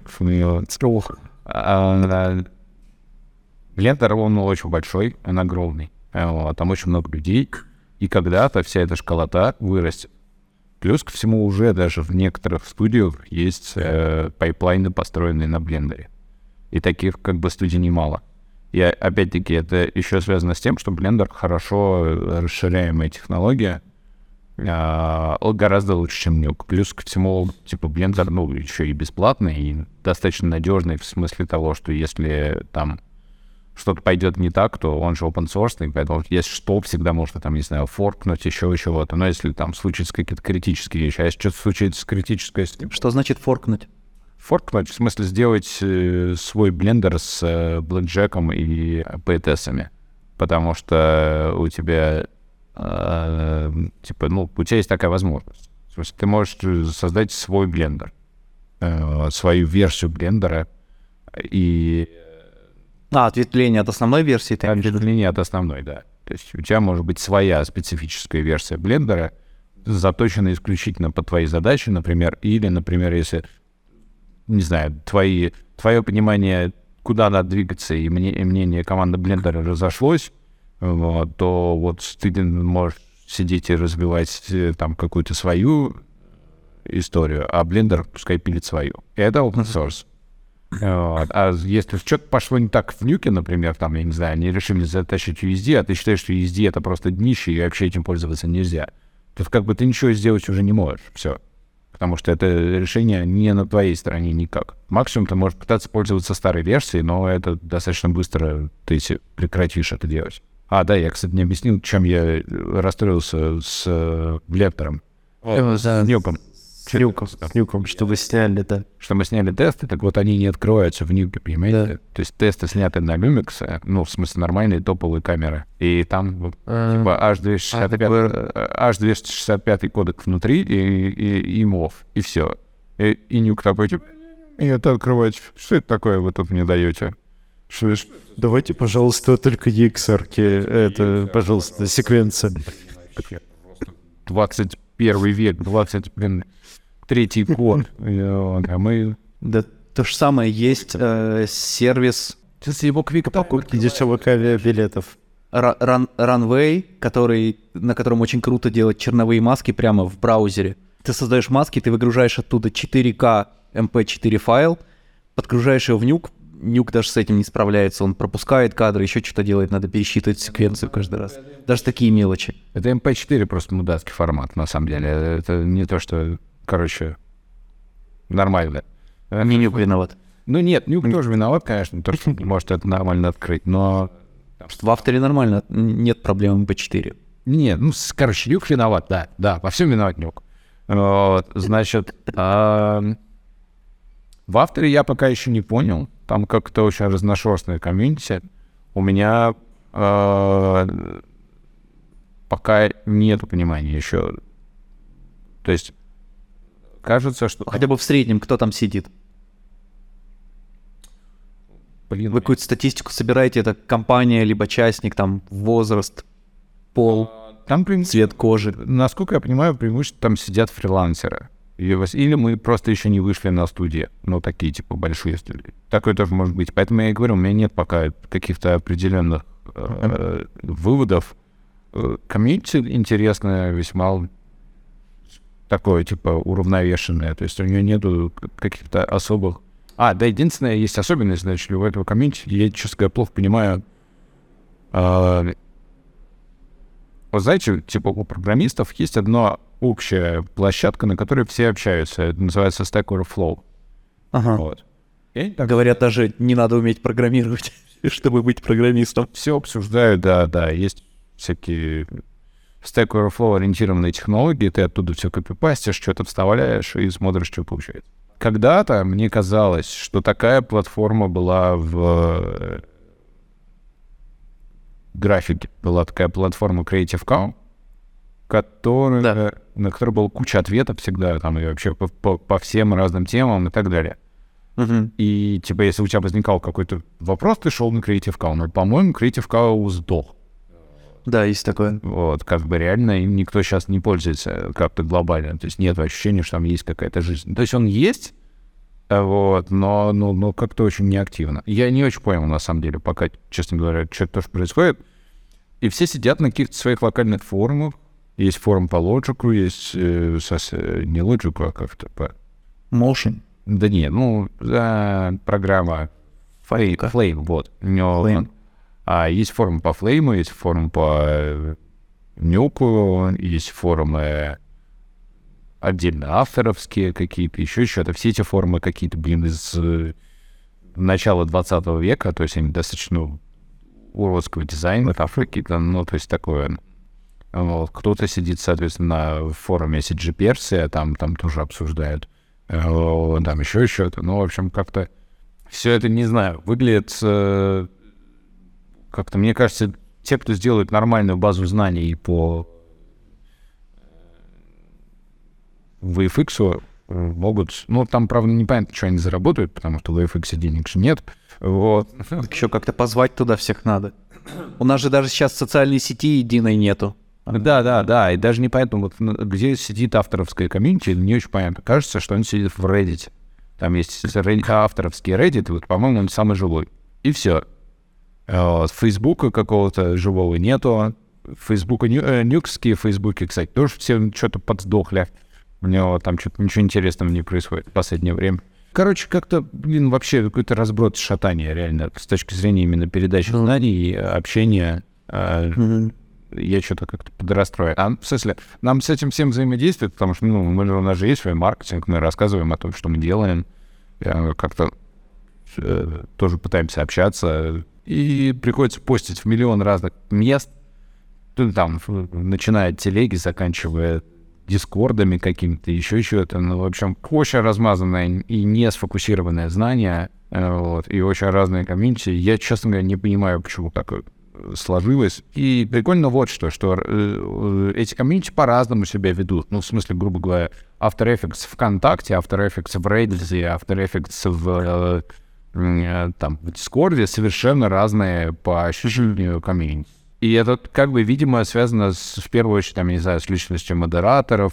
Блендер, он очень большой, он огромный. Там очень много людей. И когда-то вся эта школота вырастет. Плюс ко всему уже даже в некоторых студиях есть пайплайны, построенные на блендере. И таких студий немало. И опять-таки это еще связано с тем, что блендер хорошо расширяемая технология, гораздо лучше, чем Nuke. Плюс ко всему, блендер, еще и бесплатный, и достаточно надежный в смысле того, что если там что-то пойдет не так, то он же open-source, поэтому если что, всегда можно форкнуть, еще чего-то. Но если там случится какие-то критические вещи, а если что-то случится критическое с ним... Что значит форкнуть? Форкнуть, в смысле сделать свой блендер с блэкджеком и поэтессами. Потому что у тебя, у тебя есть такая возможность. В смысле, ты можешь создать свой блендер, свою версию блендера и... ответвление от основной версии? Ответвление от основной, да. То есть у тебя может быть своя специфическая версия блендера, заточенная исключительно под твои задачи, например, или, например, если... не знаю, твое понимание, куда надо двигаться, и мнение команды блендера разошлось, то ты можешь сидеть и развивать там какую-то свою историю, а блендер пускай пилит свою. И это open source. А если что-то пошло не так в Nuke, например, там, я не знаю, они решили затащить USD, а ты считаешь, что USD — это просто днище, и вообще этим пользоваться нельзя, то ты ничего сделать уже не можешь. Все. Потому что это решение не на твоей стороне никак. Максимум ты можешь пытаться пользоваться старой версией, но это достаточно быстро ты прекратишь это делать. Да, я, кстати, не объяснил, чем я расстроился с блентером. С Nuke. С нюком, чтобы сняли, да. Что мы сняли тесты, так вот они не открываются в нюке, понимаете? Да. То есть тесты сняты на Lumix, ну, в смысле, нормальные топовые камеры. И там типа H265 кодек внутри и MOV, и все. И нюк такой, типа, и это открывать. Что это такое вы тут мне даете? Давайте, пожалуйста, только EXR-ки, это, пожалуйста, секвенция. 21 век, 23-й год. А мы... Да, то же самое есть сервис Сейчас его квик Покупки дешевых авиабилетов. Runway, на котором очень круто делать черновые маски прямо в браузере. Ты создаешь маски, ты выгружаешь оттуда 4К MP4 файл, подгружаешь его в нюк, нюк даже с этим не справляется, он пропускает кадры, еще что-то делает, надо пересчитывать секвенцию каждый раз. Даже такие мелочи. Это MP4 просто мудацкий формат, на самом деле. Это не то, что, короче, нормально. Не нюк виноват. Ну нет, нюк тоже виноват, конечно, то, что может это нормально открыть, но... В авторе нормально, нет проблем MP4. Нет, ну, короче, нюк виноват, да, во всем виноват нюк. Вот, значит, в авторе я пока еще не понял, там как-то очень разношерстное комьюнити. У меня пока нет понимания еще. То есть, кажется, что... Хотя бы в среднем, кто там сидит? Блин, Вы какую-то статистику собираете, это компания, либо частник, там, возраст, пол, там цвет кожи. Насколько я понимаю, преимущественно там сидят фрилансеры. Или мы просто еще не вышли на студии. Ну, такие, типа, большие студии. Такое тоже может быть. Поэтому я и говорю, у меня нет пока каких-то определенных выводов. Комьюнити интересное, весьма такое, типа, уравновешенное. То есть у нее нету каких-то особых... да, единственное, есть особенность, значит, у этого комьюнити, я, честно говоря, плохо понимаю... Вот знаете, типа у программистов есть одна общая площадка, на которой все общаются. Это называется Stack Overflow. Ага. Вот. Говорят, даже не надо уметь программировать, чтобы быть программистом. Все обсуждают, да. Есть всякие Stack Overflow ориентированные технологии. Ты оттуда все копипастишь, что-то вставляешь и смотришь, что получается. Когда-то мне казалось, что такая платформа была в... графике. Была такая платформа Creative Cow, на которой была куча ответов всегда, там, и вообще по всем разным темам и так далее. И, типа, если у тебя возникал какой-то вопрос, ты шел на Creative Cow. Но, по-моему, Creative Cow сдох. Да, есть такое. Вот, как бы реально им никто сейчас не пользуется как-то глобально. То есть нет ощущения, что там есть какая-то жизнь. То есть он есть, вот, но как-то очень неактивно. Я не очень понял, на самом деле, пока, честно говоря, что тоже происходит. И все сидят на каких-то своих локальных форумах. Есть форум по Logic, есть не Logic, а как-то по... Motion. Да нет, программа Flame, вот. Flame. Есть форум по Flame, есть форум по Nuke, есть форумы отдельно авторовские какие-то, еще что-то. Все эти форумы какие-то, из начала 20 века, то есть они достаточно уродского дизайна, там какие-то, то есть такое. Вот. Кто-то сидит, соответственно, в форуме CG Persia, там тоже обсуждают. Там еще что-то. В общем, как-то все это, не знаю, выглядит как-то, мне кажется, те, кто сделает нормальную базу знаний по VFX, могут... там, правда, непонятно, что они заработают, потому что в VFX денег же нет. Вот. Так еще как-то позвать туда всех надо. У нас же даже сейчас социальной сети единой нету. Да, и даже непонятно, вот где сидит авторская комьюнити, не очень понятно. Кажется, что он сидит в Reddit. Там есть авторовский Reddit, вот, по-моему, он самый живой. И все. Фейсбука какого-то живого нету. Нюкские фейсбуки, кстати, тоже все что-то подсдохли. У него там что-то ничего интересного не происходит в последнее время. Короче, как-то, вообще какой-то разброд, шатание, реально, с точки зрения именно передачи знаний и общения. Я что-то как-то подрастроен. В смысле, нам с этим всем взаимодействовать, потому что, у нас же есть свой маркетинг, мы рассказываем о том, что мы делаем, как-то тоже пытаемся общаться, и приходится постить в миллион разных мест, там, начиная от телеги, заканчивая дискордами какими-то, еще что-то. Ну, в общем, очень размазанное и не сфокусированное знание, вот, и очень разные комьюнити. Я, честно говоря, не понимаю, почему так сложилось. И прикольно вот что эти комьюнити по-разному себя ведут. Ну, в смысле, грубо говоря, After Effects ВКонтакте, After Effects в Reddit, After Effects в Дискорде совершенно разные по ощущению комьюнити. И это, как бы, видимо, связано в первую очередь, там, не знаю, с личностью модераторов,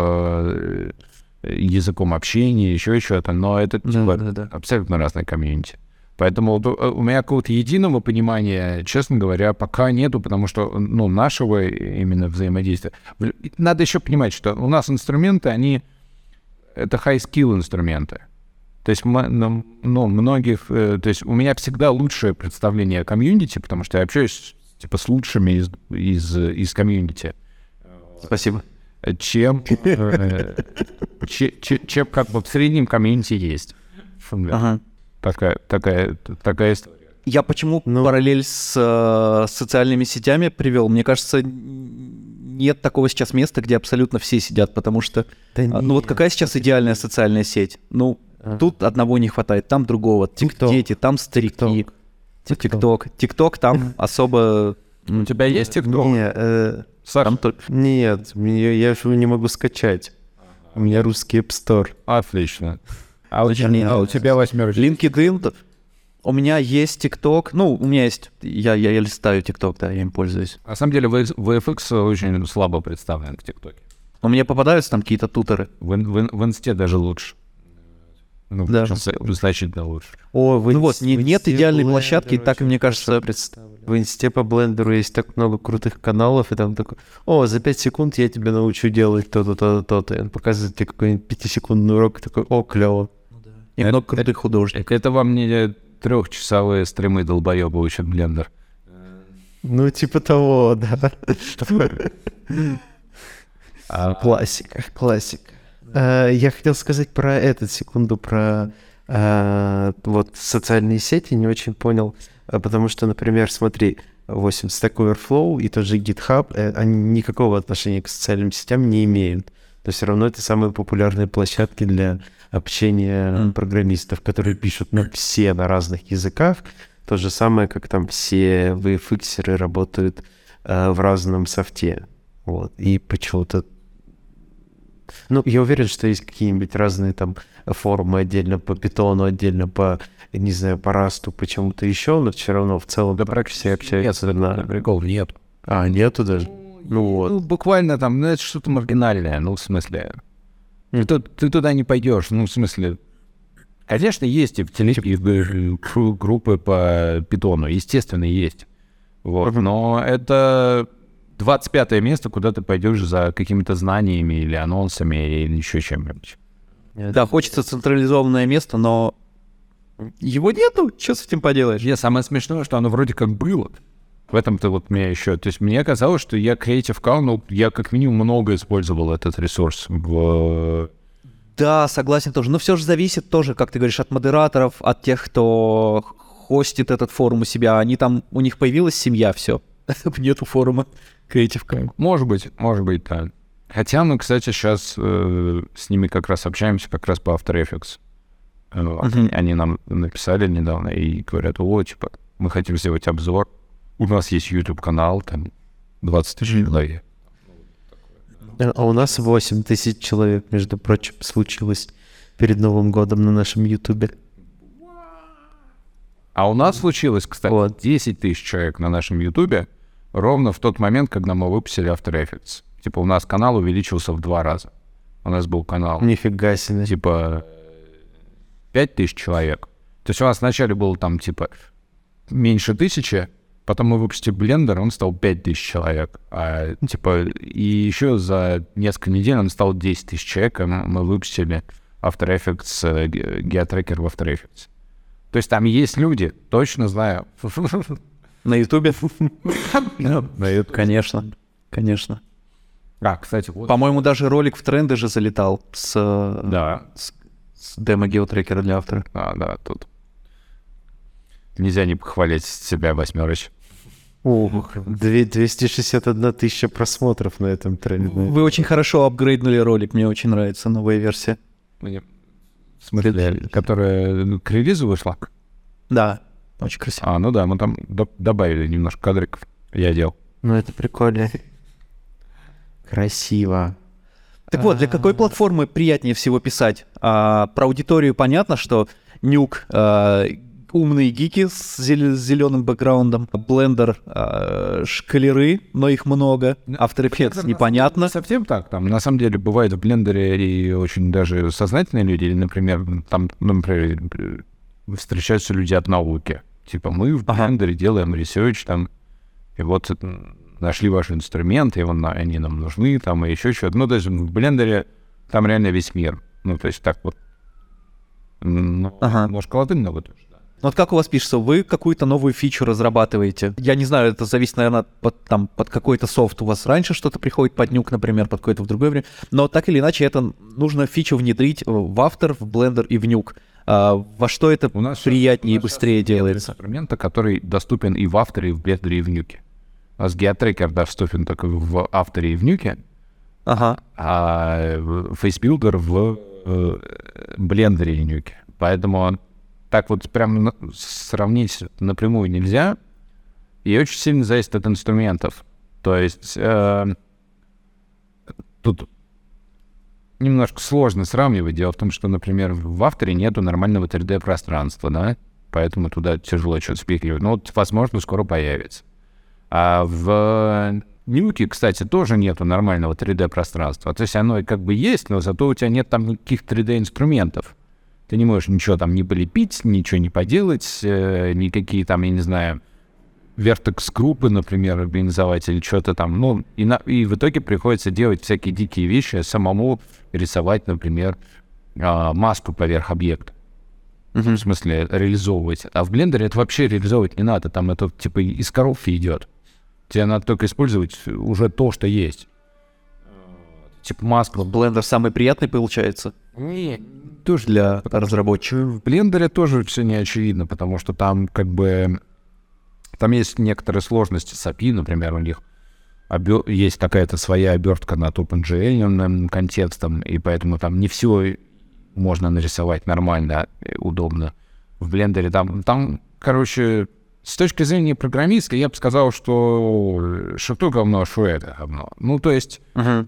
языком общения, еще что-то, но это абсолютно разные комьюнити. Поэтому у меня какого-то единого понимания, честно говоря, пока нету, потому что, ну, нашего именно взаимодействия. Надо еще понимать, что у нас инструменты, это high-skill инструменты. То есть, многих, то есть у меня всегда лучшее представление о комьюнити, потому что я общаюсь типа с лучшими из комьюнити. Спасибо. Чем как бы в среднем комьюнити есть. Ага. Такая история. Я почему параллель с социальными сетями привел? Мне кажется, нет такого сейчас места, где абсолютно все сидят, потому что... вот какая сейчас идеальная социальная сеть? Тут одного не хватает, там другого. Дети, там старики. ТикТок. ТикТок там особо... У тебя есть ТикТок? Нет, я же не могу скачать. У меня русский App Store. Отлично. А у тебя 8. LinkedIn. У меня есть ТикТок. У меня есть... Я листаю ТикТок, да, я им пользуюсь. На самом деле VFX очень слабо представлен в ТикТоке. У меня попадаются там какие-то туторы. В Инсте даже лучше. Да. Значительно лучше. Нет идеальной площадки, так, мне кажется... В Инсте по блендеру есть так много крутых каналов, и там такой, за 5 секунд я тебя научу делать то-то, то-то, то-то. И он показывает тебе какой-нибудь 5-секундный урок, и такой, клево. И много крутых художников. Это вам не 3-часовые стримы долбоёба учат блендер. Типа того, да. Классика. Я хотел сказать про социальные сети, не очень понял, потому что, например, смотри, Stack Overflow и тот же GitHub, они никакого отношения к социальным сетям не имеют. Но все равно это самые популярные площадки для общения программистов, которые пишут на разных языках. То же самое, как там все VFX-еры работают в разном софте. И почему-то... я уверен, что есть какие-нибудь разные там форумы отдельно по питону, отдельно по, не знаю, по расту, почему-то еще, но все равно в целом все общаются на... Прикол нет. Нету даже? Буквально там, это что-то маргинальное, в смысле... Ты туда не пойдешь, в смысле... Конечно, есть и в телеге группы по питону, естественно, есть. Но это... 25-е место, куда ты пойдешь за какими-то знаниями или анонсами, или еще чем-нибудь. Да, хочется централизованное место, но его нету. Что с этим поделаешь? Самое смешное, что оно вроде как было. В этом-то меня еще... То есть мне казалось, что я Creative Cow, я как минимум много использовал этот ресурс Да, согласен тоже. Но все же зависит тоже, как ты говоришь, от модераторов, от тех, кто хостит этот форум у себя. У них появилась семья, все. Нету форума Creative Cow. Может быть, да. Хотя мы, кстати, сейчас с ними как раз общаемся как раз по After Effects. Они нам написали недавно и говорят, мы хотим сделать обзор. У нас есть YouTube-канал, там 20 тысяч человек. А у нас 8 тысяч человек, между прочим, случилось перед Новым годом на нашем YouTube. А у нас случилось, кстати, 10 тысяч человек на нашем YouTube ровно в тот момент, когда мы выпустили After Effects. У нас канал увеличился в 2 раза. У нас был канал... Нифига себе. 5 тысяч человек. То есть у нас вначале было там, меньше 1000, потом мы выпустили Blender, он стал 5 тысяч человек. И еще за несколько недель он стал 10 тысяч человек, и мы выпустили After Effects, геотрекер в After Effects. То есть там есть люди, точно знаю. На Ютубе? Конечно. Кстати, по-моему, даже ролик в тренды же залетал с демо-геотрекера для автора. Да, тут. Нельзя не похвалить себя 8. Ох, 261 тысяча просмотров на этом трейлере. Вы очень хорошо апгрейднули ролик, мне очень нравится новая версия. В смысле, которая к релизу вышла? Да, очень красиво. Ну да, мы там добавили немножко кадриков. Я делал. Ну, это прикольно. Красиво. Так вот, для какой платформы приятнее всего писать? Про аудиторию понятно, что Nuke умные гики с зеленым бэкграундом, Blender шкалеры, но их много, After Effects непонятно. Не совсем так. Там на самом деле бывает в Blender и очень даже сознательные люди, или, например, там, например, встречаются люди от науки. Типа мы в Blender делаем ресерч, там, и вот нашли ваши инструменты, и они нам нужны, там, и еще что-то. Ну, то есть в Blender там реально весь мир. Ну, то есть так вот. Но школоты много тоже. Ну вот как у вас пишется, вы какую-то новую фичу разрабатываете. Я не знаю, это зависит, наверное, под какой-то софт. У вас раньше что-то приходит под Nuke, например, под какое-то в другое время. Но так или иначе, это нужно фичу внедрить в After, в Blender и в Nuke. Во что это у нас приятнее и быстрее делается? Инструмента, который доступен и в After, и в Blender, и в Nuke. У нас GeoTracker доступен только в After и в Nuke, а FaceBuilder в Blender и Nuke. Поэтому так вот прям сравнить напрямую нельзя, и очень сильно зависит от инструментов. То есть тут немножко сложно сравнивать. Дело в том, что, например, в After нету нормального 3D-пространства, да, поэтому туда тяжело что-то спикировать. Но вот, возможно, скоро появится. А в Nuke, кстати, тоже нету нормального 3D-пространства. То есть оно как бы есть, но зато у тебя нет там никаких 3D-инструментов. Ты не можешь ничего там не полепить, ничего не поделать, никакие там, я не знаю, вертекс-группы, например, организовать или что-то там. Ну, и в итоге приходится делать всякие дикие вещи, самому рисовать, например, маску поверх объекта. В смысле, реализовывать. А в Blender это вообще реализовывать не надо. Там это типа из коробки идет. Тебе надо только использовать уже то, что есть. Типа маску. Blender самый приятный получается? Нет. Тоже для разработчиков. В Blender тоже все не очевидно, потому что там как бы... Там есть некоторые сложности с API, например, у них есть какая-то своя обертка над OpenGL контекстом, и поэтому там не все можно нарисовать нормально, удобно. В Blender там, короче, с точки зрения программистской, я бы сказал, что то говно, что это говно. Ну, то есть...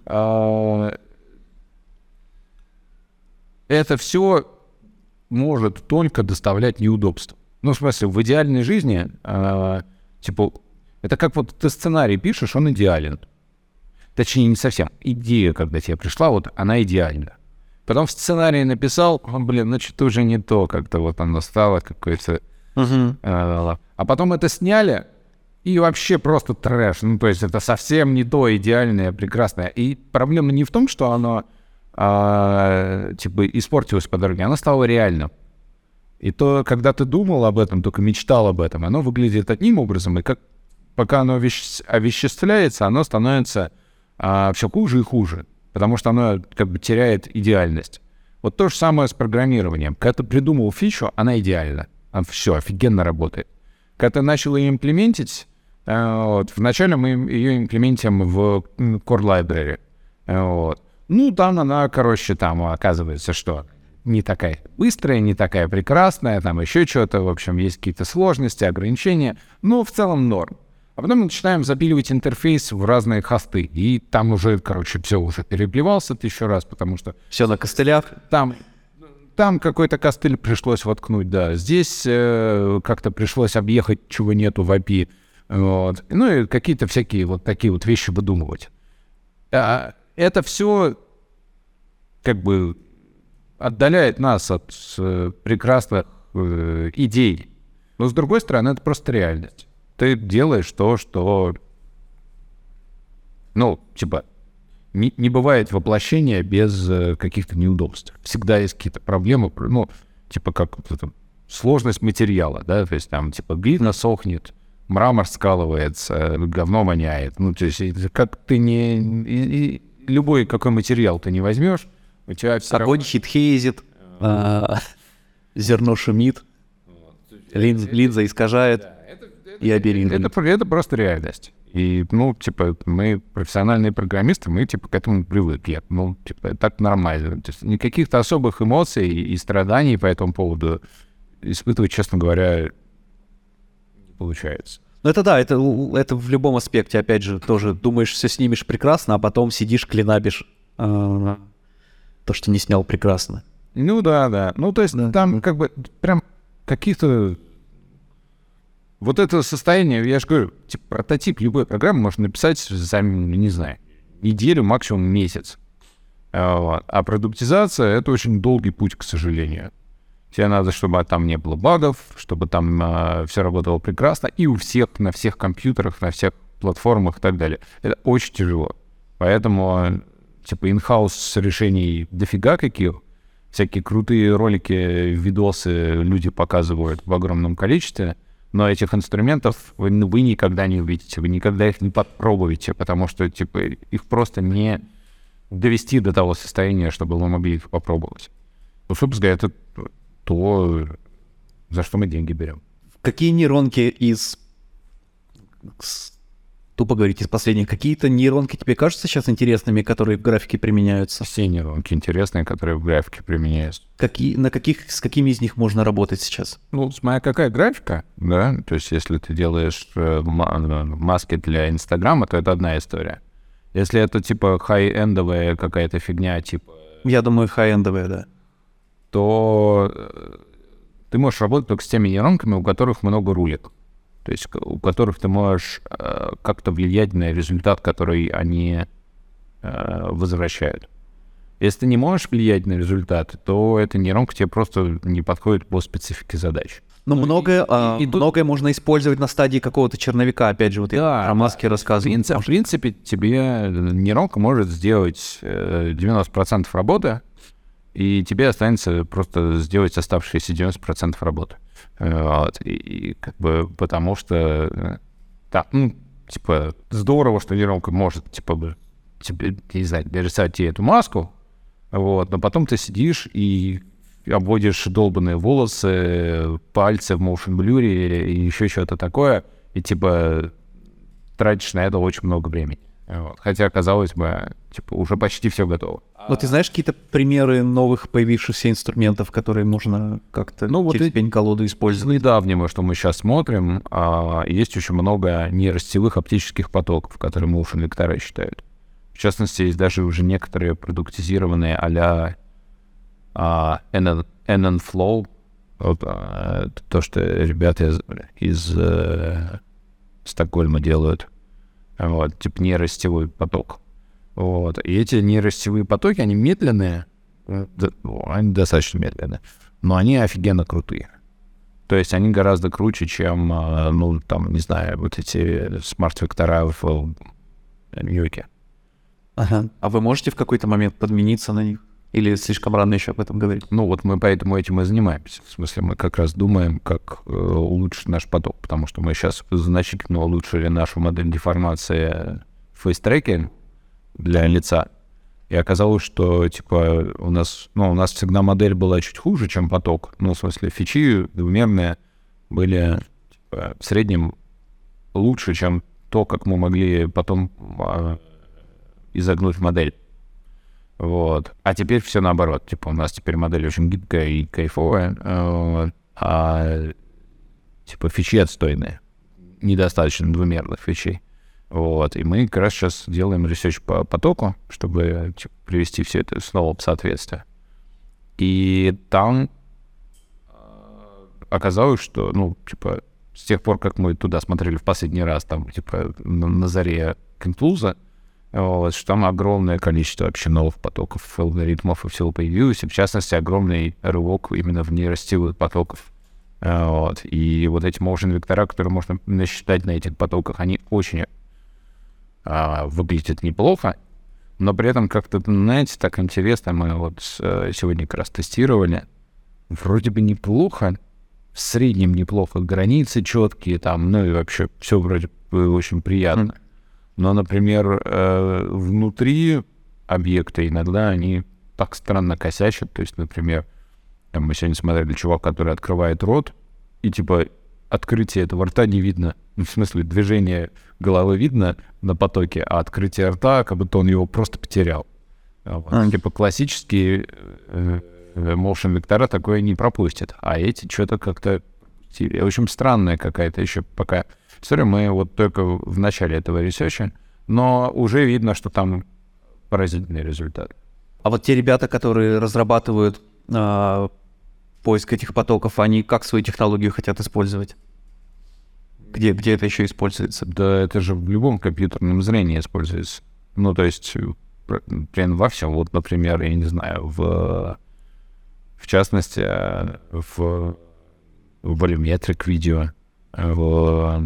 это все может только доставлять неудобства. Ну, в смысле, в идеальной жизни, типа, это как вот ты сценарий пишешь, он идеален. Точнее, не совсем. Идея, когда тебе пришла, вот она идеальна. Потом в сценарии написал, ну что-то уже не то, как-то вот оно стало какое-то... А потом это сняли, и вообще просто трэш. Ну, то есть это совсем не то идеальное, прекрасное. И проблема не в том, что оно... типа испортилось по дороге, оно стало реальным. И то, когда ты думал об этом, только мечтал об этом, оно выглядит одним образом, и пока оно овеществляется, оно становится все хуже и хуже, потому что оно как бы теряет идеальность. Вот то же самое с программированием. Когда ты придумал фичу, она идеальна. Все, офигенно работает. Когда ты начал ее имплементить, вначале мы ее имплементим в Core Library. Ну, там она, короче, там оказывается, что не такая быстрая, не такая прекрасная, там еще что-то, в общем, есть какие-то сложности, ограничения, но в целом норм. А потом мы начинаем запиливать интерфейс в разные хосты, и там уже, короче, все уже переплевался 1000 раз, потому что... Все на костылях? Там какой-то костыль пришлось воткнуть, да. Здесь как-то пришлось объехать, чего нету в API. Вот. Ну и какие-то всякие вот такие вот вещи выдумывать. Это все как бы отдаляет нас от прекрасных идей. Но с другой стороны, это просто реальность. Ты делаешь то, что... Ну, типа, не бывает воплощения без каких-то неудобств. Всегда есть какие-то проблемы, ну, типа как сложность материала, да, то есть там, типа, глина сохнет, мрамор скалывается, говно воняет. Ну, то есть как ты любой какой материал ты не возьмешь, у тебя все огонь хит-хейзит, зерно шумит, линза искажает. и оперировали. Это просто реальность. И, ну, типа, мы профессиональные программисты, мы, типа, к этому привыкли. Ну, типа, так нормально. То есть никаких-то особых эмоций и страданий по этому поводу испытывать, честно говоря, не получается. Ну, это да, это в любом аспекте, опять же, тоже думаешь, все снимешь прекрасно, а потом сидишь, клинабишь то, что не снял прекрасно. Ну, да. Ну, то есть там как бы прям каких-то... Вот это состояние, я же говорю, типа, прототип любой программы можно написать за, не знаю, неделю, максимум месяц. А продуктизация — это очень долгий путь, к сожалению. Тебе надо, чтобы там не было багов, чтобы там все работало прекрасно, и у всех, на всех компьютерах, на всех платформах и так далее. Это очень тяжело. Поэтому, типа, in-house решений дофига каких. Всякие крутые ролики, видосы люди показывают в огромном количестве, но этих инструментов вы никогда не увидите, вы никогда их не попробуете, потому что, типа, их просто не довести до того состояния, чтобы вы могли их попробовать. Ну, собственно говоря, это то, за что мы деньги берем. Какие нейронки тупо говорить, из последних, какие-то нейронки тебе кажутся сейчас интересными, которые в графике применяются? Все нейронки интересные, которые в графике применяются. С какими из них можно работать сейчас? Ну, смотря какая графика, да, то есть если ты делаешь маски для Инстаграма, то это одна история. Если это, типа, хай-эндовая какая-то фигня, типа... Я думаю, хай-эндовая, да. То ты можешь работать только с теми нейронками, у которых много рулек. То есть у которых ты можешь как-то влиять на результат, который они возвращают. Если ты не можешь влиять на результат, то эта нейронка тебе просто не подходит по специфике задач. Но многое можно использовать на стадии какого-то черновика, опять же, вот я о маске рассказывал. В принципе, тебе нейронка может сделать 90% работы, и тебе останется просто сделать оставшиеся 90% работы. Вот. И как бы потому что, да, ну, типа, здорово, что нейронка может, типа, тебе, не знаю, нарисовать тебе эту маску, вот, но потом ты сидишь и обводишь долбанные волосы, пальцы в motion blur и еще что-то такое, и, типа, тратишь на это очень много времени. Вот. Хотя, казалось бы, типа, уже почти все готово. Но ты знаешь какие-то примеры новых появившихся инструментов, которые можно как-то через пень-колоду использовать? Недавнего, что мы сейчас смотрим, есть очень много нейросетевых оптических потоков, которые motion вектора считают. В частности, есть даже уже некоторые продуктизированные а-ля NNFlow, вот, то, что ребята из Стокгольма делают. Вот, типа нейросетевой поток. Вот. И эти нейросетевые потоки, они медленные, они достаточно медленные, но они офигенно крутые. То есть они гораздо круче, чем, ну, там, не знаю, вот эти смарт-вектора в Нью-Йорке. Ага. А вы можете в какой-то момент подмениться на них? Или слишком рано еще об этом говорить? Ну, вот мы поэтому этим и занимаемся. В смысле, мы как раз думаем, как улучшить наш поток, потому что мы сейчас значительно улучшили нашу модель деформации фейс-трекинг для лица. И оказалось, что, типа, у нас всегда модель была чуть хуже, чем поток. Ну, в смысле, фичи двумерные были, типа, в среднем лучше, чем то, как мы могли потом изогнуть модель. Вот. А теперь все наоборот. Типа, у нас теперь модель очень гибкая и кайфовая, типа, фичи отстойные. Недостаточно двумерных фичей. Вот. И мы как раз сейчас делаем ресерч по потоку, чтобы, типа, привести все это снова в соответствие. И там оказалось, что, ну, типа, с тех пор, как мы туда смотрели в последний раз, там, типа, на заре Конклуза, вот, что там огромное количество вообще новых потоков, алгоритмов и всего появилось, и, в частности, огромный рывок именно в нейросетевых потоков. Вот. И вот эти motion-вектора, которые можно насчитать на этих потоках, они очень выглядят неплохо, но при этом как-то, знаете, так интересно, мы вот сегодня как раз тестировали, вроде бы неплохо, в среднем неплохо, границы четкие там, ну и вообще все вроде бы очень приятно. Но, например, внутри объекта иногда они так странно косячат. То есть, например, там мы сегодня смотрели чувак, который открывает рот, и типа открытие этого рта не видно. В смысле, движение головы видно на потоке, а открытие рта, как будто он его просто потерял. Вот. Типа классические motion вектора такое не пропустят, а эти что-то как-то... В общем, странная какая-то еще пока история. Мы вот только в начале этого ресерча, но уже видно, что там поразительный результат. А вот те ребята, которые разрабатывают поиск этих потоков, они как свою технологию хотят использовать? Где это еще используется? Да это же в любом компьютерном зрении используется. Ну, то есть, прям во всем. Вот, например, я не знаю, в частности, в волюметрик видео, в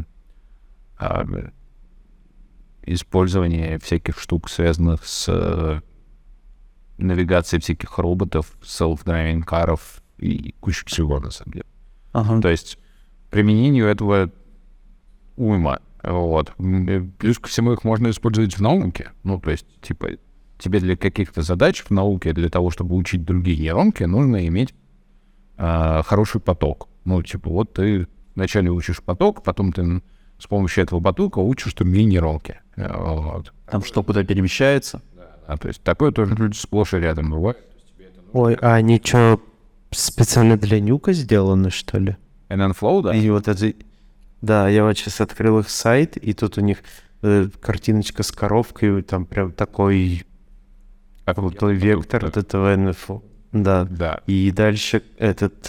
использовании всяких штук, связанных с навигацией всяких роботов, self-driving каров и куча всего, на самом деле. То есть применению этого уйма. Вот. Плюс ко всему их можно использовать в науке. Ну, то есть, типа, тебе для каких-то задач в науке, для того, чтобы учить другие нейронки, нужно иметь хороший поток. Ну, типа, вот ты вначале учишь поток, потом ты с помощью этого потока учишь другие нейронки. Вот. Там что, куда перемещается? То есть такое тоже сплошь и рядом бывает. Ой, а они что, специально для нюка сделаны, что ли? NNFlow, да? И вот это... Да, я вот сейчас открыл их сайт, и тут у них картиночка с коровкой, там прям такой крутой вектор от этого NFO. Да. Да. И дальше этот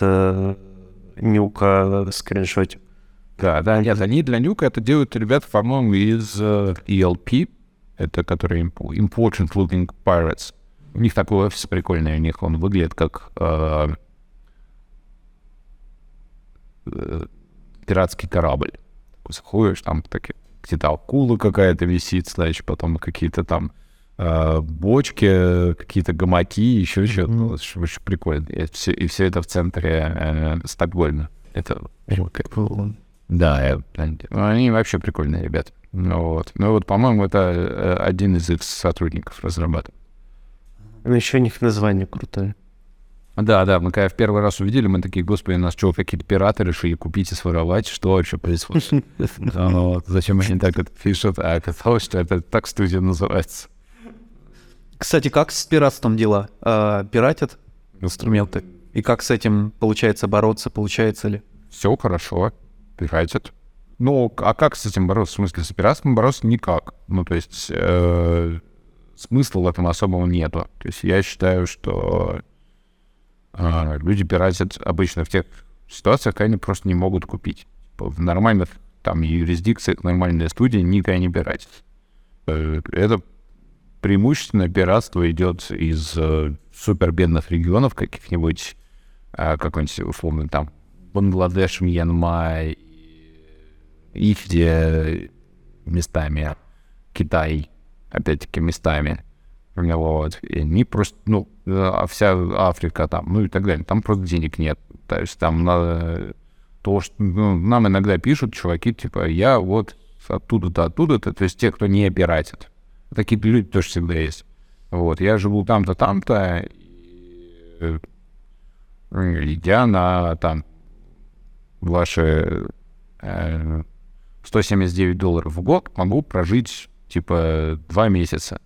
нюка скриншотик. Да, нет, они для нюка это делают ребята, по-моему, из ELP, это которые Important Looking Pirates. У них такой офис прикольный, у них он выглядит как пиратский корабль. Заходишь, там такие, где-то акула какая-то висит, значит, потом какие-то там бочки, какие-то гамаки, еще что-то. Ну, очень прикольно. И все это в центре Стокгольма. Это... Да, они вообще прикольные ребята. Вот. Ну вот, по-моему, это один из их сотрудников разрабатывает. Но еще у них название крутое. Да, мы когда в первый раз увидели, мы такие, господи, нас что, какие-то пираты решили купить и своровать? Что вообще происходит? Зачем они так это пишут? А оказалось, что это так студия называется. Кстати, как с пиратством дела? Пиратят инструменты? И как с этим получается бороться? Получается ли? Все хорошо, пиратят. Ну, а как с этим бороться? В смысле, с пиратством бороться никак. Ну, то есть, смысла в этом особого нету. То есть, я считаю, что люди пиратят обычно в тех ситуациях, когда они просто не могут купить. В нормальных там юрисдикциях, нормальные студии никогда не пиратят. Это преимущественно пиратство идет из супербедных регионов каких-нибудь, какой-нибудь, условно, там, Бангладеш, Мьянма, Индия местами, Китай, опять-таки, местами. Вот. И они просто, ну, вся Африка там, ну и так далее, там просто денег нет. То есть там надо то, что нам иногда пишут чуваки, типа, я вот оттуда-то, то есть те, кто не пиратит. Такие люди тоже всегда есть. Вот, я живу там-то, там-то, идя на там ваши $179 в год, могу прожить, типа, 2 месяца.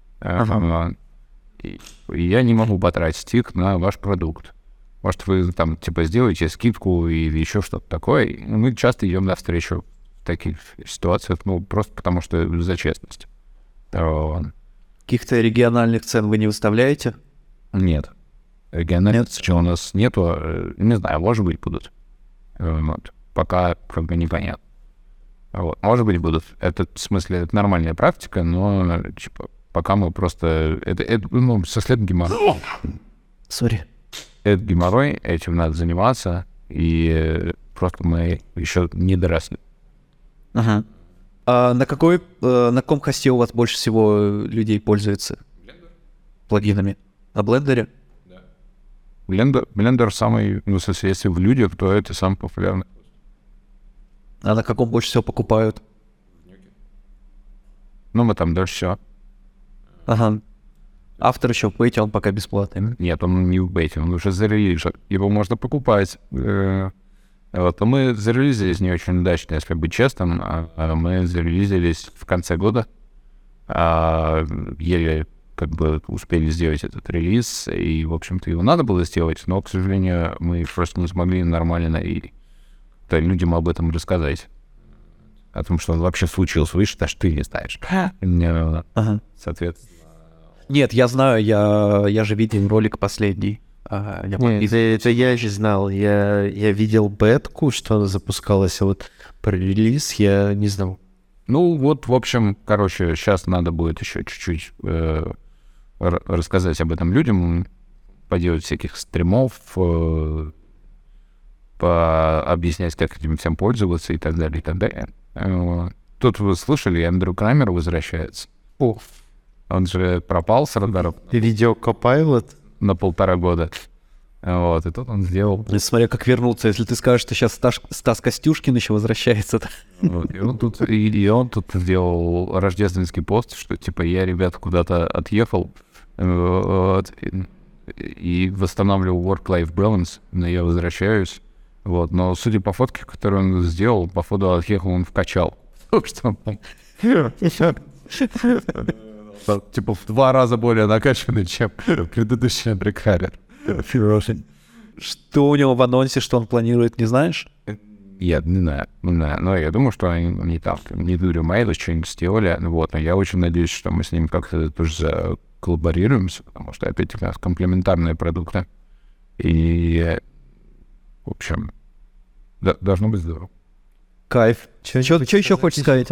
И я не могу потратить их на ваш продукт. Может, вы там, типа, сделаете скидку или еще что-то такое. И мы часто идем навстречу в таких ситуациях, ну, просто потому что за честность. Каких-то региональных цен вы не выставляете? Нет. Региональных цен у нас нету. Не знаю, может быть, будут. Вот. Пока как бы непонятно. Вот. Может быть, будут. Это, в смысле, это нормальная практика, но, типа, пока мы просто... Это ну, со следом геморрой. Сори. Это геморрой, этим надо заниматься, и просто мы еще не доросли. Ага. А на каком хосте у вас больше всего людей пользуется? Плагинами? На Blender? Да. Blender самый, ну, если в людях, то это самый популярный. А на каком больше всего покупают? Ну, мы там дальше все. Ага. Автор еще в бете, он пока бесплатный. Нет, он не в бете, он уже зарелижен. Его можно покупать. Вот, но мы зарелизились не очень удачно, если быть честным. Мы зарелизились в конце года. Еле как бы успели сделать этот релиз, и, в общем-то, его надо было сделать, но, к сожалению, мы просто не смогли нормально и людям об этом рассказать. О том, что он вообще случился. Видишь, даже ты не знаешь. Соответственно. Нет, я знаю, я же видел ролик последний. Это я же знал. Я видел бетку, что она запускалась, а вот про релиз я не знал. Ну, вот, в общем, короче, сейчас надо будет еще чуть-чуть рассказать об этом людям, поделать всяких стримов, пообъяснять, как этим всем пользоваться и так далее, и так далее. Тут вы слышали, Эндрю Крамер возвращается. О, Он же пропал с радаров видео Copilot. на 1,5 года. Вот, и тут он сделал... Смотря как вернуться, если ты скажешь, что сейчас Стас Костюшкин еще возвращается. Вот, и он тут сделал рождественский пост, что типа я, ребят, куда-то отъехал вот, и восстанавливал work-life balance, но я возвращаюсь. Вот, но судя по фотке, которую он сделал, походу отъехал он вкачал. Что он типа в 2 раза более накачанный, чем предыдущий Эндрю Крамер. Что у него в анонсе, что он планирует, не знаешь? Я не знаю, но я думаю, что они там не дурю Мейла, что-нибудь сделали, вот, но я очень надеюсь, что мы с ним как-то тоже коллаборируемся, потому что, опять-таки, у нас комплементарные продукты, и, в общем, должно быть здорово. Кайф. Что еще хочешь сказать?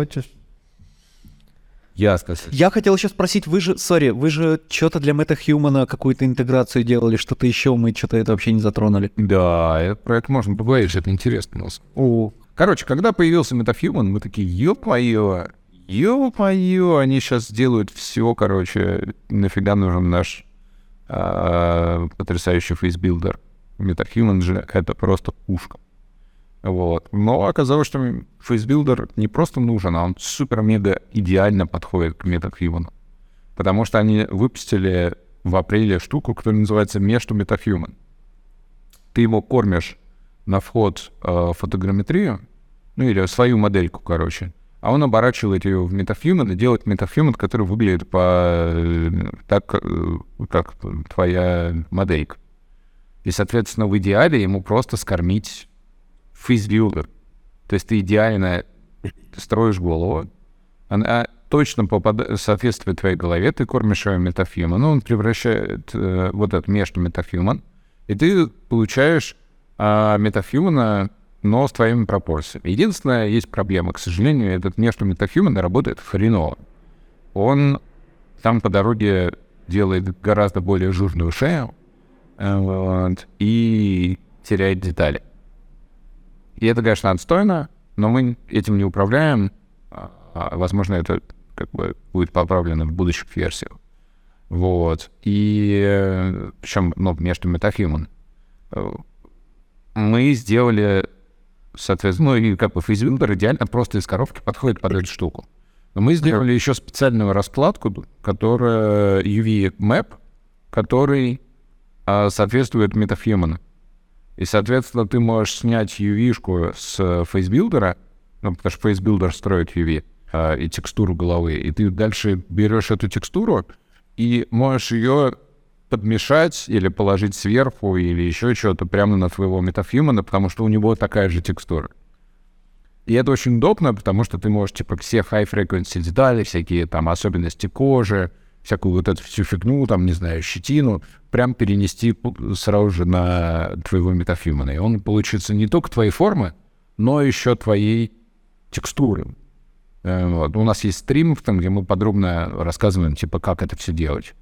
Я сказал. Я хотел еще спросить, вы же что-то для MetaHuman какую-то интеграцию делали, что-то еще, мы что-то это вообще не затронули. Да, про это можно поговорить, это интересно у нас. Короче, когда появился MetaHuman, мы такие, ё-моё, они сейчас сделают все, короче, нафига нужен наш потрясающий фейсбилдер. MetaHuman же это просто пушка. Вот. Но оказалось, что фейсбилдер не просто нужен, а он супер-мега идеально подходит к MetaHuman. Потому что они выпустили в апреле штуку, которая называется Mesh to MetaHuman. Ты ему кормишь на вход фотограмметрию, ну или свою модельку, короче, а он оборачивает ее в MetaHuman и делает MetaHuman, который выглядит так, как твоя моделька. И, соответственно, в идеале ему просто скормить фейсбилдер. То есть ты идеально строишь голову, она точно соответствует твоей голове, ты кормишь ее MetaHuman, он превращает вот этот Mesh to MetaHuman, и ты получаешь MetaHuman, но с твоими пропорциями. Единственное, есть проблема, к сожалению, этот Mesh to MetaHuman работает хреново. Он там по дороге делает гораздо более жирную шею и теряет детали. И это, конечно, отстойно, но мы этим не управляем. Возможно, это как бы будет поправлено в будущих версиях. Вот. И причем, между MetaHuman. Мы сделали, соответственно, и как бы фейсбилдер идеально просто из коробки подходит под эту штуку. Но мы сделали еще специальную раскладку, которая UV-map, который соответствует MetaHuman. И, соответственно, ты можешь снять UV-шку с фейсбилдера, потому что фейсбилдер строит UV, и текстуру головы, и ты дальше берешь эту текстуру и можешь ее подмешать или положить сверху, или еще что-то прямо на твоего MetaHuman, потому что у него такая же текстура. И это очень удобно, потому что ты можешь, типа, все high-frequency детали, всякие там особенности кожи, всякую вот эту всю фигню, там, не знаю, щетину, прям перенести сразу же на твоего MetaHuman. И он получится не только твоей формы, но еще твоей текстуры. Вот. У нас есть стрим, там, где мы подробно рассказываем, типа, как это все делать.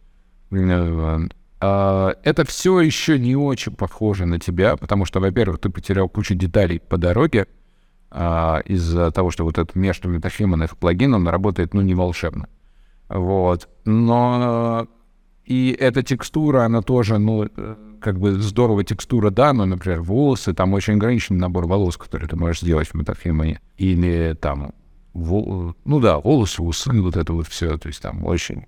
Это все еще не очень похоже на тебя, потому что, во-первых, ты потерял кучу деталей по дороге из-за того, что вот этот Mesh to MetaHuman, их плагин, он работает, не волшебно. Вот. Но и эта текстура, она тоже, как бы здорово текстура, да, но, например, волосы, там очень ограниченный набор волос, которые ты можешь сделать в MetaHuman. Или там, волосы, усы, вот это вот все, то есть там очень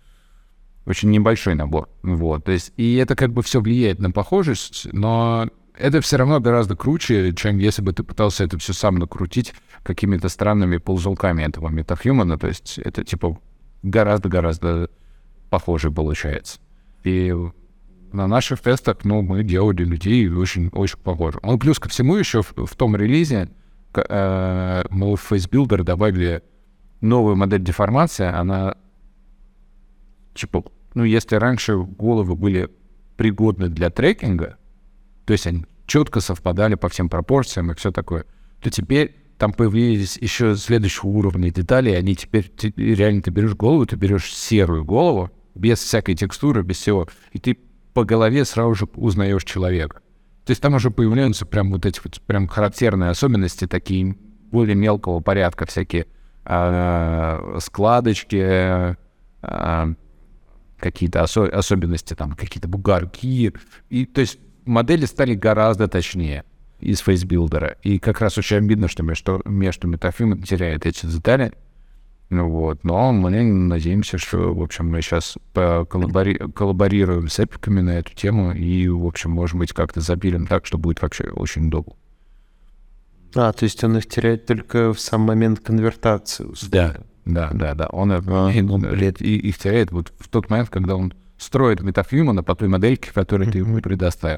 небольшой набор. Вот. То есть, и это как бы все влияет на похожесть, но это все равно гораздо круче, чем если бы ты пытался это все сам накрутить какими-то странными ползунками этого MetaHuman. То есть это, типа, гораздо-гораздо похоже получается. И на наших тестах, мы делали людей очень похоже. Ну, плюс ко всему еще в том релизе мы в FaceBuilder добавили новую модель деформации. Она, типа, если раньше головы были пригодны для трекинга, то есть они четко совпадали по всем пропорциям и все такое, то теперь там появились еще следующего уровня детали, и они теперь реально ты берешь голову, ты берешь серую голову, без всякой текстуры, без всего, и ты по голове сразу же узнаешь человека. То есть там уже появляются прям вот эти вот прям характерные особенности, такие более мелкого порядка, всякие складочки, какие-то особенности, там, какие-то бугорки. И, то есть модели стали гораздо точнее из FaceBuilder. И как раз очень обидно, что между MetaHuman теряет эти детали. Но мы надеемся, что, в общем, мы сейчас коллаборируем с эпиками на эту тему и, в общем, может быть, как-то запилим так, что будет вообще очень удобно. То есть он их теряет только в сам момент конвертации. Да. Он их теряет вот в тот момент, когда он строит MetaHuman по той модельке, которую ты ему предоставил.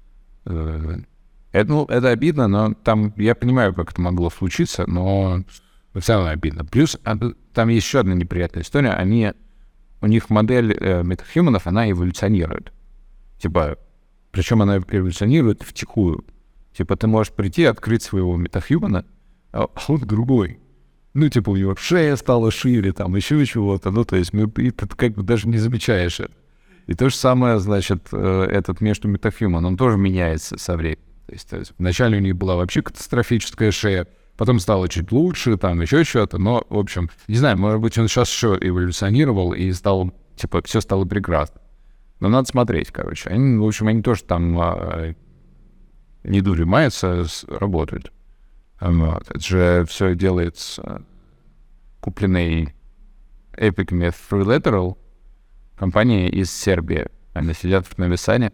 Это обидно, но там я понимаю, как это могло случиться, но все равно обидно. Плюс там есть еще одна неприятная история. У них модель MetaHuman'ов, она эволюционирует. Типа, причем она эволюционирует втихую. Типа, ты можешь прийти, открыть своего MetaHuman'а, а он другой. У него шея стала шире, там, еще чего-то. То есть, ты как бы даже не замечаешь это. И то же самое, значит, этот между MetaHuman, он тоже меняется со временем. То есть вначале у них была вообще катастрофическая шея, потом стало чуть лучше, там, еще что-то. Но, в общем, не знаю, может быть, он сейчас еще эволюционировал и стал, типа, все стало прекрасно. Но надо смотреть, короче. Они тоже там не дурью маются, работают. Это же все делается купленной эпиками Freelateral, компания из Сербии. Они сидят в Новисане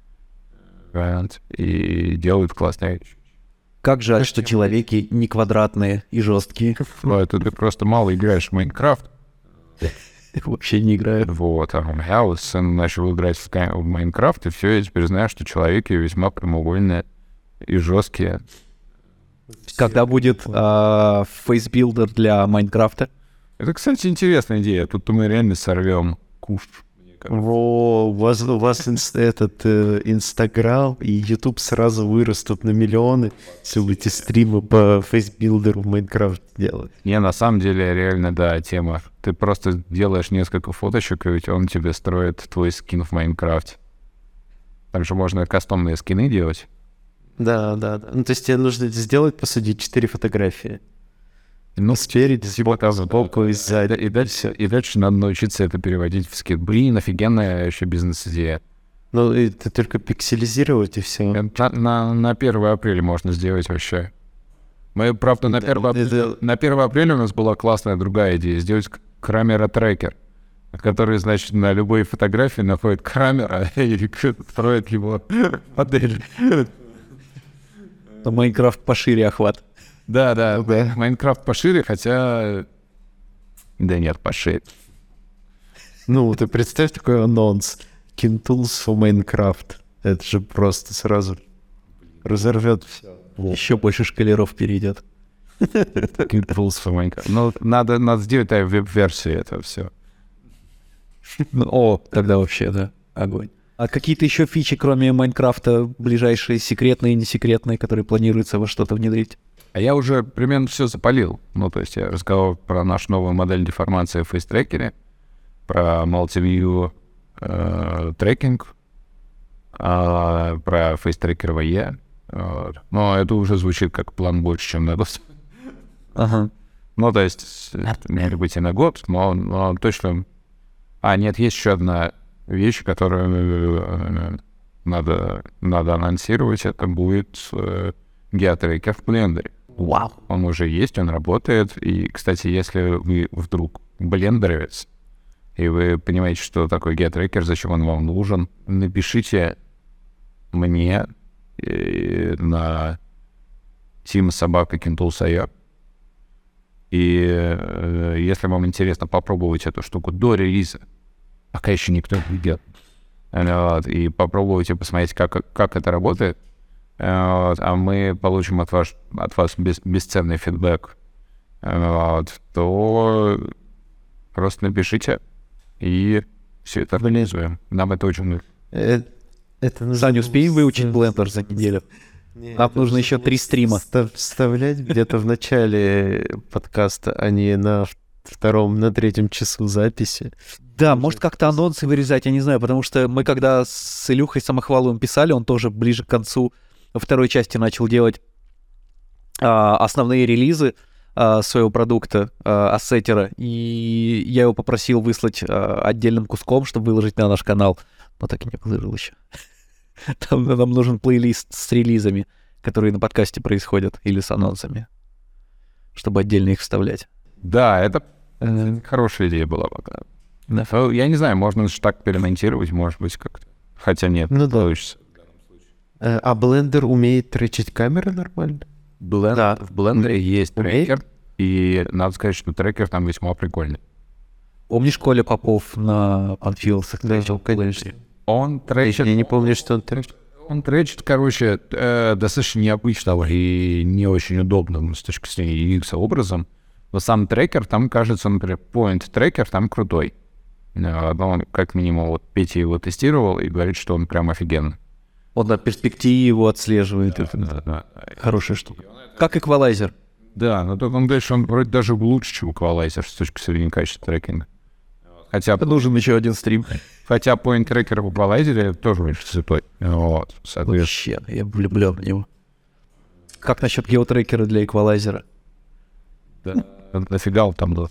и делают классные вещи. Как жаль, что человеки не квадратные и жесткие. Это ты просто мало играешь в Майнкрафт. Вообще не играю. А я вот начал играть в Майнкрафт, и все, я теперь знаю, что человеки весьма прямоугольные и жесткие. Когда будет FaceBuilder для Майнкрафта? Это, кстати, интересная идея. Тут мы реально сорвем куш. У вас Инстаграм и Ютуб сразу вырастут на миллионы, если будете стримы по FaceBuilder в Майнкрафте делать. На самом деле, реально, да, тема. Ты просто делаешь несколько фоточек, и ведь он тебе строит твой скин в Майнкрафте. Также можно кастомные скины делать. Да. То есть тебе нужно сделать, по сути, 4 фотографии. Спереди, сбоку и сзади. И дальше надо научиться это переводить в скин. Блин, офигенная еще бизнес-идея. Это только пикселизировать и все. На 1 апреля можно сделать вообще. Мы, правда, на 1 апреля у нас была классная другая идея. Сделать камера-трекер, который, значит, на любой фотографии находит камера и строит его модель. Майнкрафт пошире охват. Да. Майнкрафт пошире, хотя... Да нет, пошире. Ты представь такой анонс. Kintools for Minecraft. Это же просто сразу разорвет все. Еще больше шкалеров перейдет. Kintools for Minecraft. Надо сделать веб-версию этого все. Тогда вообще, да, огонь. А какие-то еще фичи, кроме Майнкрафта, ближайшие, секретные и несекретные, которые планируется во что-то внедрить? А я уже примерно все запалил. То есть я рассказал про нашу новую модель деформации в FaceTracker'е, про Multiview трекинг, про FaceTracker VE. Но это уже звучит как план больше, чем на год. Ага. То есть, может быть, и на год, но точно... Нет, есть еще одна вещь, которую надо анонсировать. Это будет геотрекер в Blender. Вау. Он уже есть, он работает. И, кстати, если вы вдруг блендеровец, и вы понимаете, что такое геотрекер, зачем он вам нужен, напишите мне, на team@Kintool.io. И если вам интересно попробовать эту штуку до релиза, пока еще никто не делает, и попробуйте посмотреть, как это работает, а мы получим от вас бесценный фидбэк, то просто напишите, и все это организуем. Нам это очень нужно. Саня, успеем выучить Blender за неделю? Нам нужно еще 3 стрима. Вставлять где-то в начале подкаста, а не на на 3 часу записи. Да, может как-то анонсы вырезать, я не знаю, потому что мы когда с Илюхой Самохваловым писали, он тоже ближе к концу второй части начал делать основные релизы своего продукта, ассеттера, и я его попросил выслать отдельным куском, чтобы выложить на наш канал, но так и не выложил еще. Там нам нужен плейлист с релизами, которые на подкасте происходят, или с анонсами, чтобы отдельно их вставлять. Да, это хорошая идея была пока. Да. Я не знаю, можно же так перемонтировать, может быть, как-то. Хотя нет, Ну да. получится. А Blender умеет тречить камеры нормально? Да. В Blender есть Умеет? трекер, и надо сказать, что трекер там весьма прикольный. Помнишь, Коля Попов на Unfills? Да, конечно. Он тречит... Я не помню, что он тречит. Он тречит, короче, достаточно необычного и не очень удобным с точки зрения UX образом. Но сам трекер, там, кажется, например, point трекер там крутой. Он, как минимум, вот Петя его тестировал и говорит, что он прям офигенный. Он на перспективу отслеживает. Да. Хорошая штука. Как эквалайзер. Да, но только он говорит, что он вроде даже лучше, чем эквалайзер с точки зрения качества трекинга. Хотя Нужен еще один стрим. point трекер в эквалайзере тоже очень святой. Вот, соответственно. Вообще, я влюблен в него. Как насчет геотрекера для эквалайзера? Да. Нафига он там был?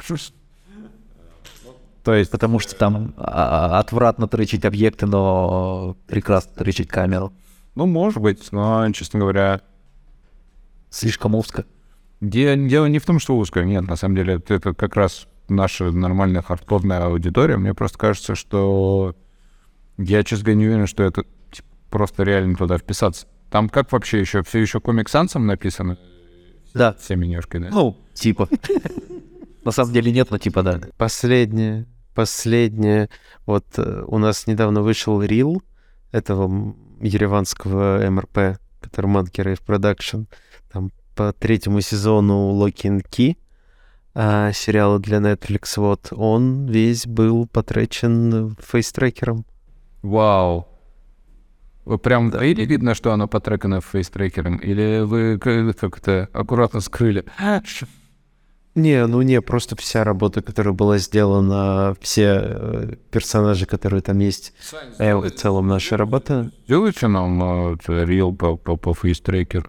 То есть, Потому что там отвратно тречить объекты, но прекрасно тречить камеру. ну, может быть, но, честно говоря, Слишком узко. дело не в том, что узко. Нет, на самом деле, это как раз наша нормальная хардкорная аудитория. Мне просто кажется, что я, честно говоря, не уверен, что это типа, просто реально туда вписаться. Там как вообще еще? Все еще Comic Sans написано? Да. Все менюшки, да? Ну, типа. На самом деле нет, но типа да. Последнее. Вот у нас недавно вышел рил этого ереванского МРП, который Monkey Rave Production. Там по 3 сезону Lock and Key сериала для Netflix. Вот он весь был потречен фейстрекером. Вау. Вы прям или видно, что оно потрекано фейстрекером? Или вы как-то аккуратно скрыли? Не, просто вся работа, которая была сделана, все персонажи, которые там есть, в целом наша работа. Сделайте нам рил по фейстрекеру.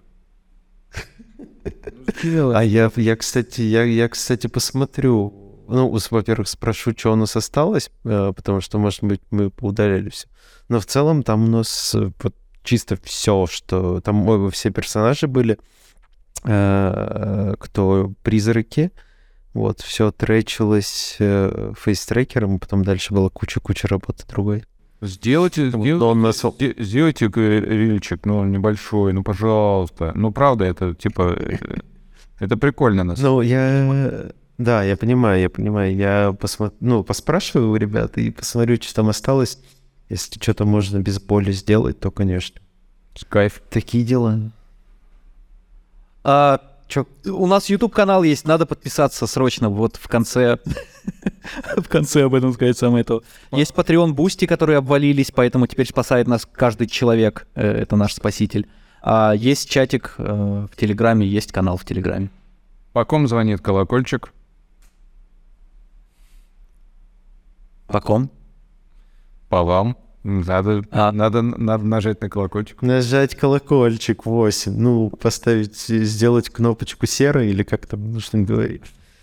А я, кстати, посмотрю. Ну, во-первых, спрошу, что у нас осталось, потому что, может быть, мы поудаляли все. Но в целом там у нас вот чисто все, что... Там все персонажи были, кто призраки. Вот, все тречилось фейстрекером, потом дальше была куча работы другой. Сделайте рильчик, ну, небольшой, ну, пожалуйста. Ну, правда, это, типа, это прикольно. Ну, да, я понимаю. Я поспрашиваю у ребят и посмотрю, что там осталось. Если что-то можно без боли сделать, то, конечно. Кайф. Такие дела. У нас YouTube-канал есть, надо подписаться срочно, вот в конце об этом сказать самое то. Есть Patreon, Boosty, которые обвалились, поэтому теперь спасает нас каждый человек, это наш спаситель. Есть чатик в Телеграме, есть канал в Телеграме. По ком звонит колокольчик? По ком? По вам. Надо нажать на колокольчик. Нажать колокольчик 8. Ну, поставить, сделать кнопочку серой или как там нужно говорить.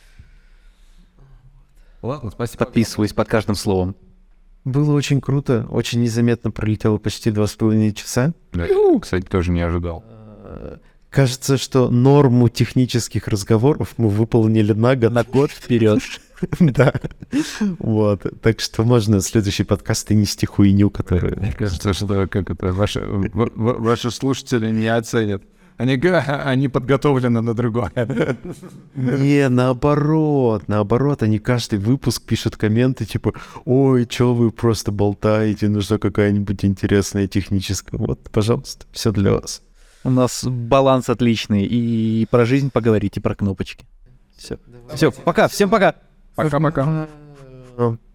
Ладно, спасибо. Подписываюсь под каждым словом. Было очень круто. Очень незаметно пролетело почти 2,5 часа. Да, кстати, тоже не ожидал. Кажется, что норму технических разговоров мы выполнили на год. На год вперед. Да. Вот. Так что можно следующий подкаст и нести хуйню, которую... Мне кажется, что ваши слушатели не оценят. Они подготовлены на другое. Не, наоборот, они каждый выпуск пишут комменты, типа, ой, чё вы просто болтаете, нужна какая-нибудь интересная техническая. Вот, пожалуйста, все для вас. У нас баланс отличный. И про жизнь поговорить, и про кнопочки. Все. Все, пока. Всем пока. Пока-пока.